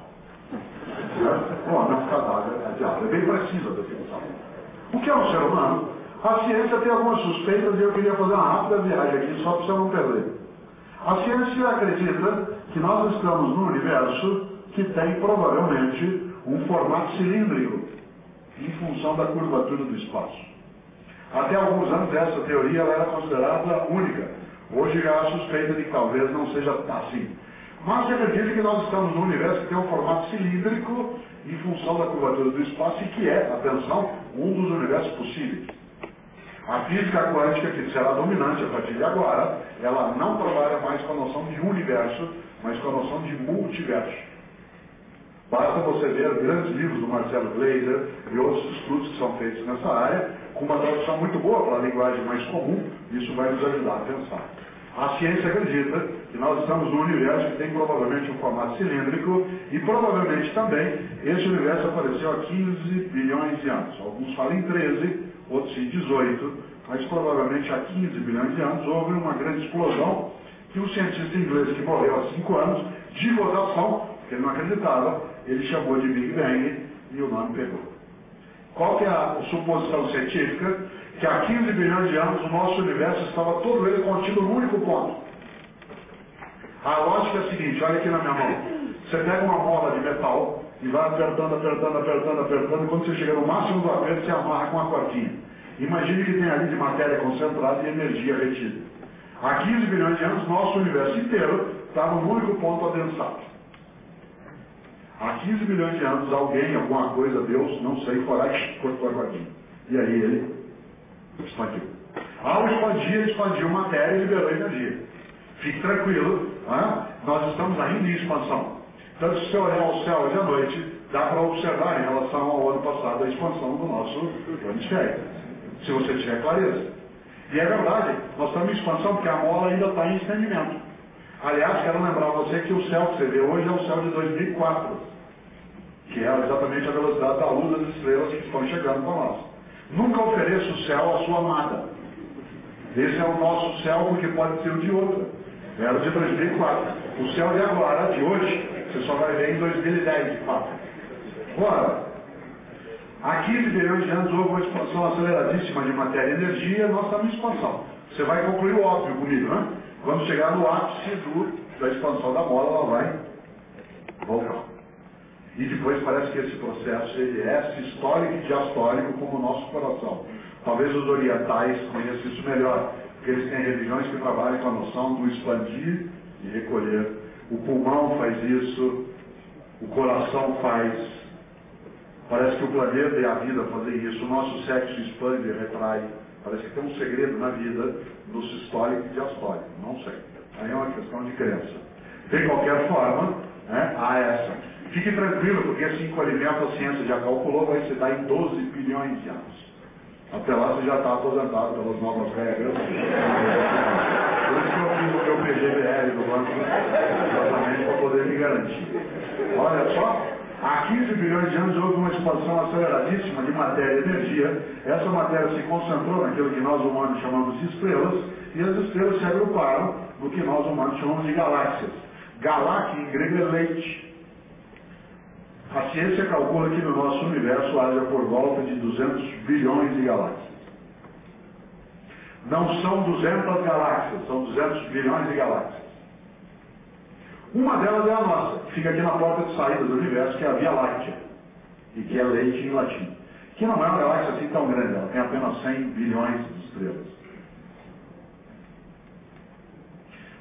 O homem é um cadáver adiado. É bem precisa a definição. O que é um ser humano? A ciência tem algumas suspeitas e eu queria fazer uma rápida viagem aqui só para você não perder. A ciência acredita que nós estamos num universo que tem provavelmente um formato cilíndrico em função da curvatura do espaço. Até alguns anos essa teoria ela era considerada única. Hoje há a suspeita de que talvez não seja assim. Mas se acredita que nós estamos num universo que tem um formato cilíndrico em função da curvatura do espaço e que é, atenção, um dos universos possíveis. A física quântica, que será dominante a partir de agora, ela não trabalha mais com a noção de universo, mas com a noção de multiverso. Basta você ver grandes livros do Marcelo Gleiser e outros estudos que são feitos nessa área, com uma tradução muito boa para a linguagem mais comum, isso vai nos ajudar a pensar. A ciência acredita que nós estamos num universo que tem provavelmente um formato cilíndrico e provavelmente também esse universo apareceu há 15 bilhões de anos. Alguns falam em 13, outros em 18, mas provavelmente há 15 bilhões de anos houve uma grande explosão que um cientista inglês que morreu há 5 anos, de rotação, porque ele não acreditava, ele chamou de Big Bang e o nome pegou. Qual que é a suposição científica? Que há 15 bilhões de anos o nosso universo estava todo ele contido num único ponto. A lógica é a seguinte, olha aqui na minha mão. Você pega uma mola de metal e vai apertando, e quando você chega no máximo do aperto, você amarra com uma cordinha. Imagine que tem ali de matéria concentrada e energia retida. Há 15 bilhões de anos, nosso universo inteiro estava num único ponto adensado. Há 15 bilhões de anos, alguém, alguma coisa, Deus, não sei, foi lá e cortou a cordinha. E aí ele expandiu. Ao expandir, ele expandiu matéria e liberou energia. Fique tranquilo, nós estamos ainda em expansão. Então, se você olhar ao céu hoje à noite, dá para observar em relação ao ano passado a expansão do nosso hemisfério. Se você tiver clareza. E é verdade, nós estamos em expansão porque a mola ainda está em estendimento. Aliás, quero lembrar você que o céu que você vê hoje é o céu de 2004, que é exatamente a velocidade da luz das estrelas que estão chegando para nós. Nunca ofereça o céu à sua amada. Esse é o nosso céu porque pode ser o de outra. Era o de 2004. O céu de agora, de hoje, você só vai ver em 2010, de fato. Ora, há 15 bilhões de anos houve uma expansão aceleradíssima de matéria e energia, nós estamos em expansão. Você vai concluir o óbvio comigo, né? Quando chegar no ápice da expansão da bola, ela vai voltar. E depois parece que esse processo ele é sistólico e diastólico como o nosso coração. Talvez os orientais conheçam isso melhor, porque eles têm religiões que trabalham com a noção do expandir e recolher. O pulmão faz isso, o coração faz. Parece que o planeta e a vida fazem isso. O nosso sexo expande e retrai. Parece que tem um segredo na vida do sistólico e diastólico. Não sei. Aí é uma questão de crença. De qualquer forma, há essa. Fique tranquilo, porque esse encolhimento a ciência já calculou vai se dar em 12 bilhões de anos. Até lá você já está aposentado pelas novas regras. Por isso que eu fiz o meu PGBL do banco, exatamente para poder me garantir. Olha só, há 15 bilhões de anos houve uma expansão aceleradíssima de matéria e energia. Essa matéria se concentrou naquilo que nós humanos chamamos de estrelas, e as estrelas se agruparam no que nós humanos chamamos de galáxias. Galáxia em grego é leite. A ciência calcula que no nosso universo haja por volta de 200 bilhões de galáxias. Não são 200 galáxias, são 200 bilhões de galáxias. Uma delas é a nossa, que fica aqui na porta de saída do universo, que é a Via Láctea, e que é leite em latim. Que não é uma galáxia assim tão grande, ela tem apenas 100 bilhões de estrelas.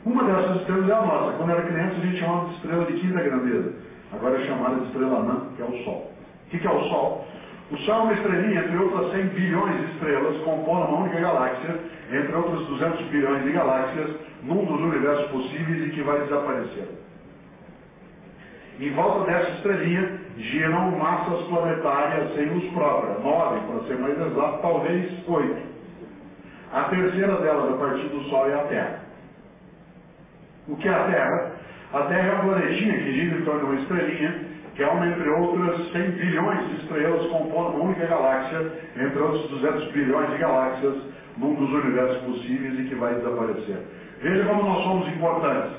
Uma dessas estrelas é a nossa. Quando era criança, a gente chamava de estrela de quinta grandeza. Agora é chamada de estrela anã, que é o Sol. O que é o Sol? O Sol é uma estrelinha, entre outras 100 bilhões de estrelas, compondo uma única galáxia, entre outras 200 bilhões de galáxias, num dos universos possíveis e que vai desaparecer. Em volta dessa estrelinha giram massas planetárias sem luz própria, 9, para ser mais exato, talvez 8. A terceira delas, a partir do Sol, é a Terra. O que é a Terra? A Terra é uma planetinha que gira em torno de uma estrelinha, que é uma, entre outras, 100 bilhões de estrelas, compondo uma única galáxia, entre outros 200 bilhões de galáxias, num dos universos possíveis e que vai desaparecer. Veja como nós somos importantes.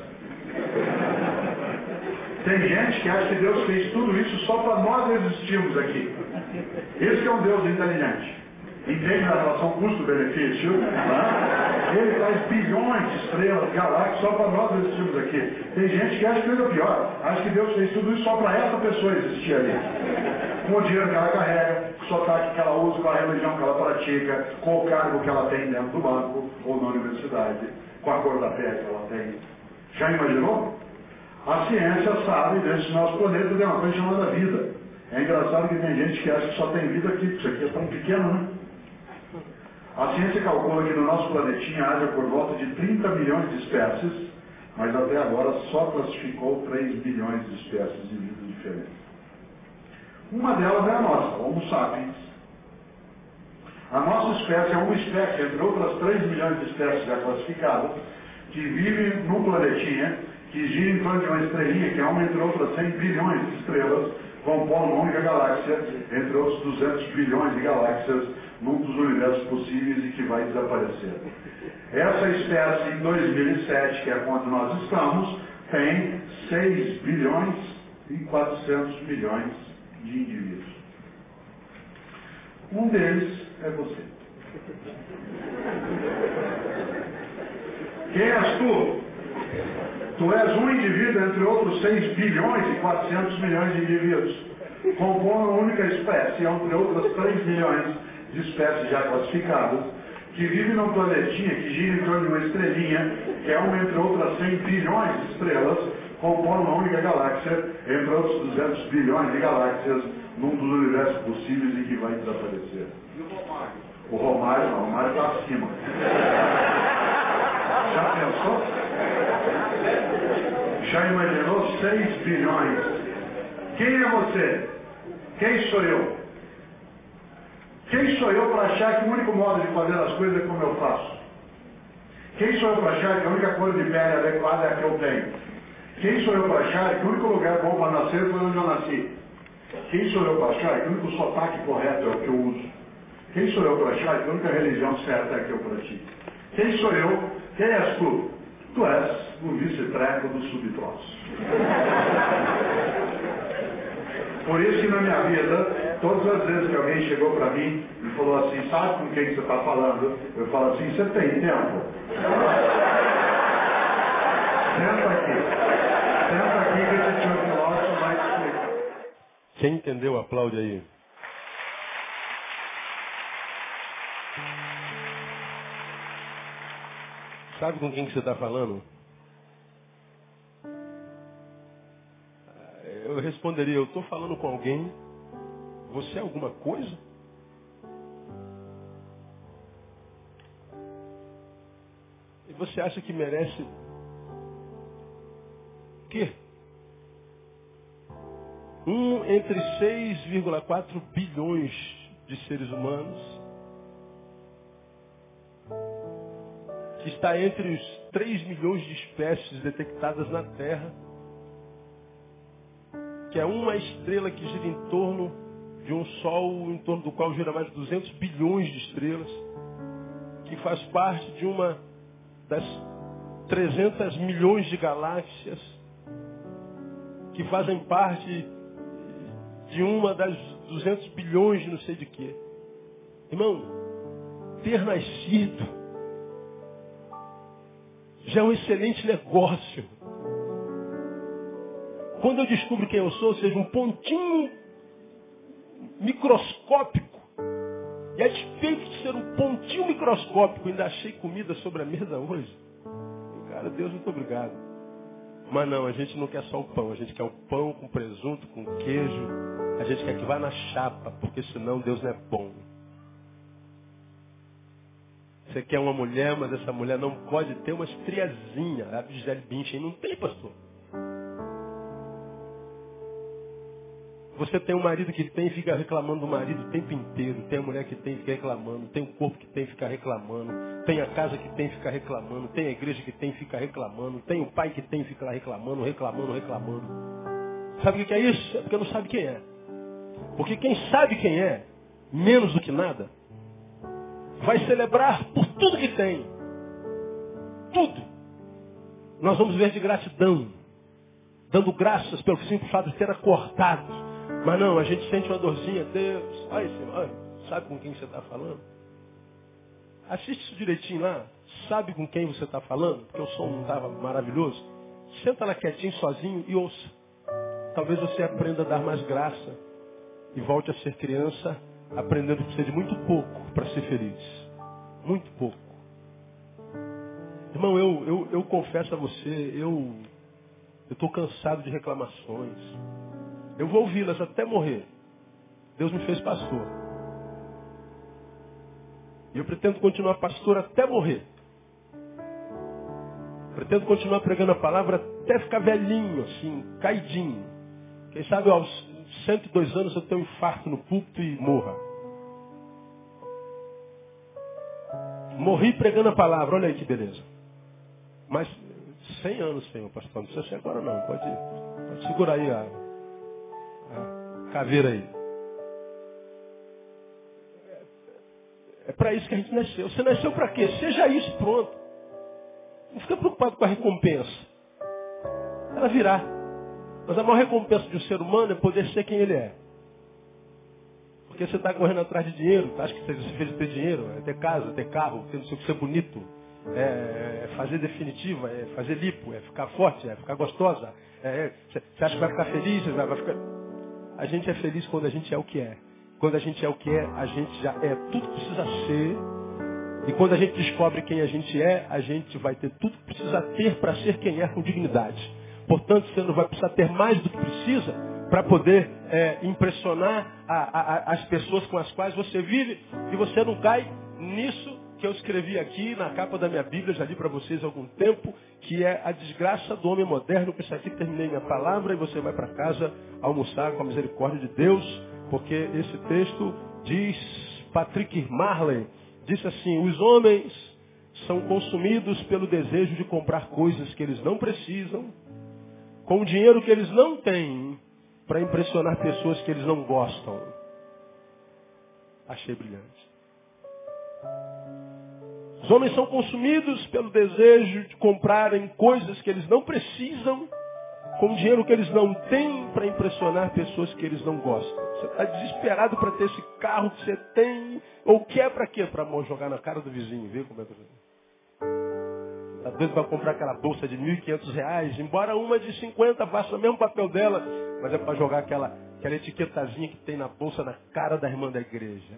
Tem gente que acha que Deus fez tudo isso só para nós existirmos aqui. Esse que é um Deus inteligente. Entende a relação custo-benefício? Né? Ele traz bilhões de estrelas, galáxias, só para nós existirmos aqui. Tem gente que acha que é pior. Acha que Deus fez tudo isso só para essa pessoa existir ali. Com o dinheiro que ela carrega, com o sotaque que ela usa, com a religião que ela pratica, com o cargo que ela tem dentro do banco ou na universidade, com a cor da pele que ela tem. Já imaginou? A ciência sabe desse nosso planeta tem uma coisa chamada vida. É engraçado que tem gente que acha que só tem vida aqui, porque isso aqui é tão pequeno, né? A ciência calcula que no nosso planetinha haja por volta de 30 milhões de espécies, mas até agora só classificou 3 bilhões de espécies de vida diferentes. Uma delas é a nossa, Homo sapiens. A nossa espécie é uma espécie, entre outras 3 milhões de espécies já classificadas, que vive num planetinha que gira em torno de uma estrelinha, que é uma, entre outras 100 bilhões de estrelas, compondo uma única galáxia, entre outros 200 bilhões de galáxias, num dos universos possíveis e que vai desaparecer. Essa espécie, em 2007, que é quando nós estamos, tem 6 bilhões e 400 milhões de indivíduos. Um deles é você. Quem és tu? Tu és um indivíduo entre outros 6 bilhões e 400 milhões de indivíduos, compondo uma única espécie, entre outras 3 milhões de espécies já classificadas, que vive num planetinha que gira em torno de uma estrelinha, que é uma entre outras 100 bilhões de estrelas, compondo uma única galáxia, entre outros 200 bilhões de galáxias, num dos universos possíveis e que vai desaparecer. E o Romário? O Romário não, o Romário está acima. Já pensou? Já imaginou 6 bilhões? Quem é você? Quem sou eu? Quem sou eu para achar que o único modo de fazer as coisas é como eu faço? Quem sou eu para achar que a única cor de pele adequada é a que eu tenho? Quem sou eu para achar que o único lugar bom para nascer foi onde eu nasci? Quem sou eu para achar que o único sotaque correto é o que eu uso? Quem sou eu para achar que a única religião certa é a que eu pratico? Quem sou eu? Quem és tu? Tu és o vice-treco do subtroço. Por isso que na minha vida, todas as vezes que alguém chegou para mim e falou assim, sabe com quem você está falando? Eu falo assim, você tem tempo? Senta aqui que esse tio filósofo vai te explicar. Quem entendeu, aplaude aí. Sabe com quem que você está falando? Eu responderia, eu estou falando com alguém. Você é alguma coisa? E você acha que merece o quê? Entre 6,4 bilhões de seres humanos, que está entre os 3 milhões de espécies detectadas na Terra, que é uma estrela que gira em torno de um Sol, em torno do qual gira mais de 200 bilhões de estrelas, que faz parte de uma das 300 milhões de galáxias, que fazem parte de uma das 200 bilhões de não sei de quê. Irmão, ter nascido já é um excelente negócio. Quando eu descubro quem eu sou, ou seja, um pontinho microscópico, e a despeito de ser um pontinho microscópico, ainda achei comida sobre a mesa hoje. Glória a Deus, muito obrigado. Mas não, a gente não quer só o pão. A gente quer o pão com presunto, com queijo. A gente quer que vá na chapa, porque senão Deus não é bom. Você quer uma mulher, mas essa mulher não pode ter uma estriazinha. A Gisele Bündchen não tem, pastor. Você tem um marido que tem e fica reclamando do marido o tempo inteiro. Tem a mulher que tem e fica reclamando. Tem o corpo que tem e fica reclamando. Tem a casa que tem e fica reclamando. Tem a igreja que tem e fica reclamando. Tem o pai que tem e fica lá reclamando. Sabe o que é isso? É porque não sabe quem é. Porque quem sabe quem é, menos do que nada, vai celebrar por tudo que tem. Tudo. Nós vamos ver de gratidão. Dando graças pelo simples fato de ter acordado. Mas não, a gente sente uma dorzinha. Deus, olha, Senhor, sabe com quem você está falando? Assiste isso direitinho lá. Sabe com quem você está falando? Porque o som não estava maravilhoso. Senta lá quietinho, sozinho e ouça. Talvez você aprenda a dar mais graça. E volte a ser criança, aprendendo que precisa de muito pouco para ser feliz. Muito pouco. Irmão, eu confesso a você, eu estou cansado de reclamações. Eu vou ouvi-las até morrer. Deus me fez pastor. E eu pretendo continuar pastor até morrer. Pretendo continuar pregando a palavra até ficar velhinho, assim, caidinho. Quem sabe aos 102 anos eu tenho um infarto no púlpito e morra. Morri pregando a palavra, olha aí que beleza. Mas 100 anos, Senhor, pastor, não precisa ser agora não. Pode segurar aí a caveira aí. É para isso que a gente nasceu. Você nasceu para quê? Seja isso, pronto. Não fica preocupado com a recompensa. Ela virá. Mas a maior recompensa de um ser humano é poder ser quem ele é. Porque você está correndo atrás de dinheiro, acha que você fez ter dinheiro, é ter casa, ter carro, ter não sei o que, ser bonito, é fazer definitiva, é fazer lipo, é ficar forte, é ficar gostosa. Você acha que vai ficar feliz? Vai ficar... A gente é feliz quando a gente é o que é. Quando a gente é o que é, a gente já é tudo que precisa ser. E quando a gente descobre quem a gente é, a gente vai ter tudo que precisa ter para ser quem é com dignidade. Portanto, você não vai precisar ter mais do que precisa para poder impressionar as pessoas com as quais você vive. E você não cai nisso que eu escrevi aqui na capa da minha Bíblia, já li para vocês há algum tempo, que é a desgraça do homem moderno. Com isso aqui terminei minha palavra e você vai para casa almoçar com a misericórdia de Deus, porque esse texto diz, Patrick Marley, disse assim: os homens são consumidos pelo desejo de comprar coisas que eles não precisam, com o dinheiro que eles não têm, para impressionar pessoas que eles não gostam. Achei brilhante. Os homens são consumidos pelo desejo de comprarem coisas que eles não precisam, com o dinheiro que eles não têm, para impressionar pessoas que eles não gostam. Você está desesperado para ter esse carro que você tem, ou quer para quê? Para jogar na cara do vizinho, ver como é que às vezes vai comprar aquela bolsa de R$1.500, embora uma de 50 faça o mesmo papel dela, mas é para jogar aquela etiquetazinha que tem na bolsa na cara da irmã da igreja.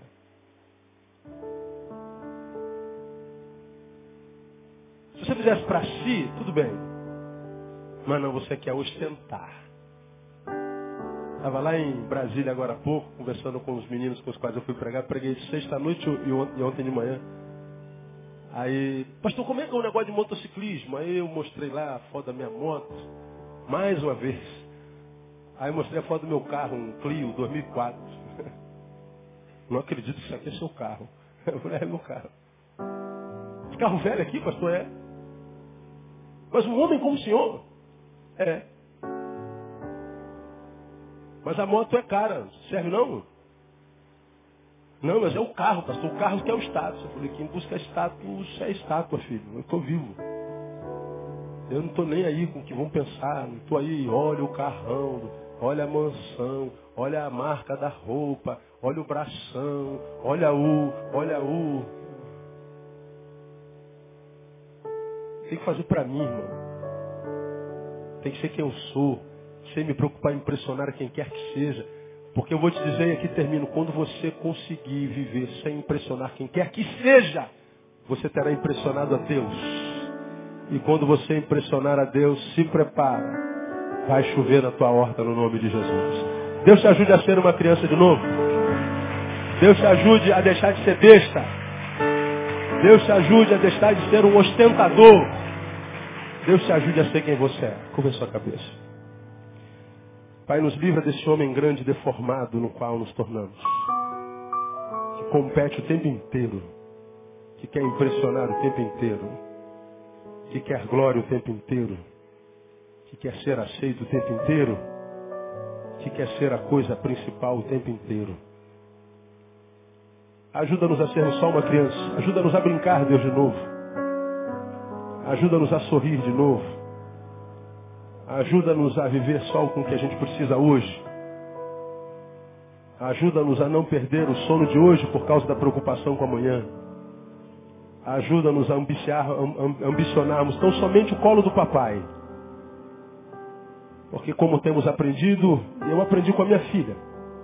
Se você fizesse para si, tudo bem. Mas não, você quer ostentar. Estava lá em Brasília agora há pouco, conversando com os meninos com os quais eu fui pregar. Preguei sexta-noite e ontem de manhã. Aí, pastor, como é que é o negócio de motociclismo? Aí eu mostrei lá a foto da minha moto, mais uma vez. Aí eu mostrei a foto do meu carro, um Clio 2004. Não acredito que isso aqui é seu carro. Eu falei, é meu carro. Esse carro velho aqui, pastor, é? Mas um homem como o senhor? É. Mas a moto é cara, serve não? Não, mas é o carro, pastor. O carro que é o status. Eu falei, quem busca status é estátua, filho. Eu estou vivo. Eu não estou nem aí com o que vão pensar. Não estou aí, olha o carrão, olha a mansão, olha a marca da roupa, olha o bração, olha o. Tem que fazer para mim, irmão. Tem que ser quem eu sou. Sem me preocupar em impressionar quem quer que seja. Porque eu vou te dizer, e aqui termino, quando você conseguir viver sem impressionar quem quer que seja, você terá impressionado a Deus. E quando você impressionar a Deus, se prepara. Vai chover na tua horta no nome de Jesus. Deus te ajude a ser uma criança de novo. Deus te ajude a deixar de ser besta. Deus te ajude a deixar de ser um ostentador. Deus te ajude a ser quem você é. Curva a sua cabeça. Pai, nos livra desse homem grande e deformado no qual nos tornamos. Que compete o tempo inteiro. Que quer impressionar o tempo inteiro. Que quer glória o tempo inteiro. Que quer ser aceito o tempo inteiro. Que quer ser a coisa principal o tempo inteiro. Ajuda-nos a sermos só uma criança. Ajuda-nos a brincar, Deus, de novo. Ajuda-nos a sorrir de novo. Ajuda-nos a viver só com o que a gente precisa hoje. Ajuda-nos a não perder o sono de hoje por causa da preocupação com amanhã. Ajuda-nos a ambicionarmos tão somente o colo do papai. Porque como temos aprendido, eu aprendi com a minha filha.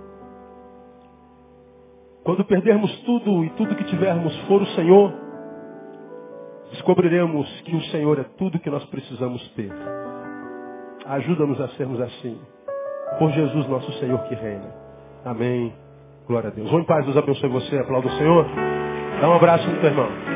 Quando perdermos tudo e tudo que tivermos for o Senhor, descobriremos que o Senhor é tudo que nós precisamos ter. Ajuda-nos a sermos assim. Por Jesus nosso Senhor que reina. Amém. Glória a Deus. Vou em paz, Deus abençoe você. Aplauda o Senhor. Dá um abraço no teu irmão.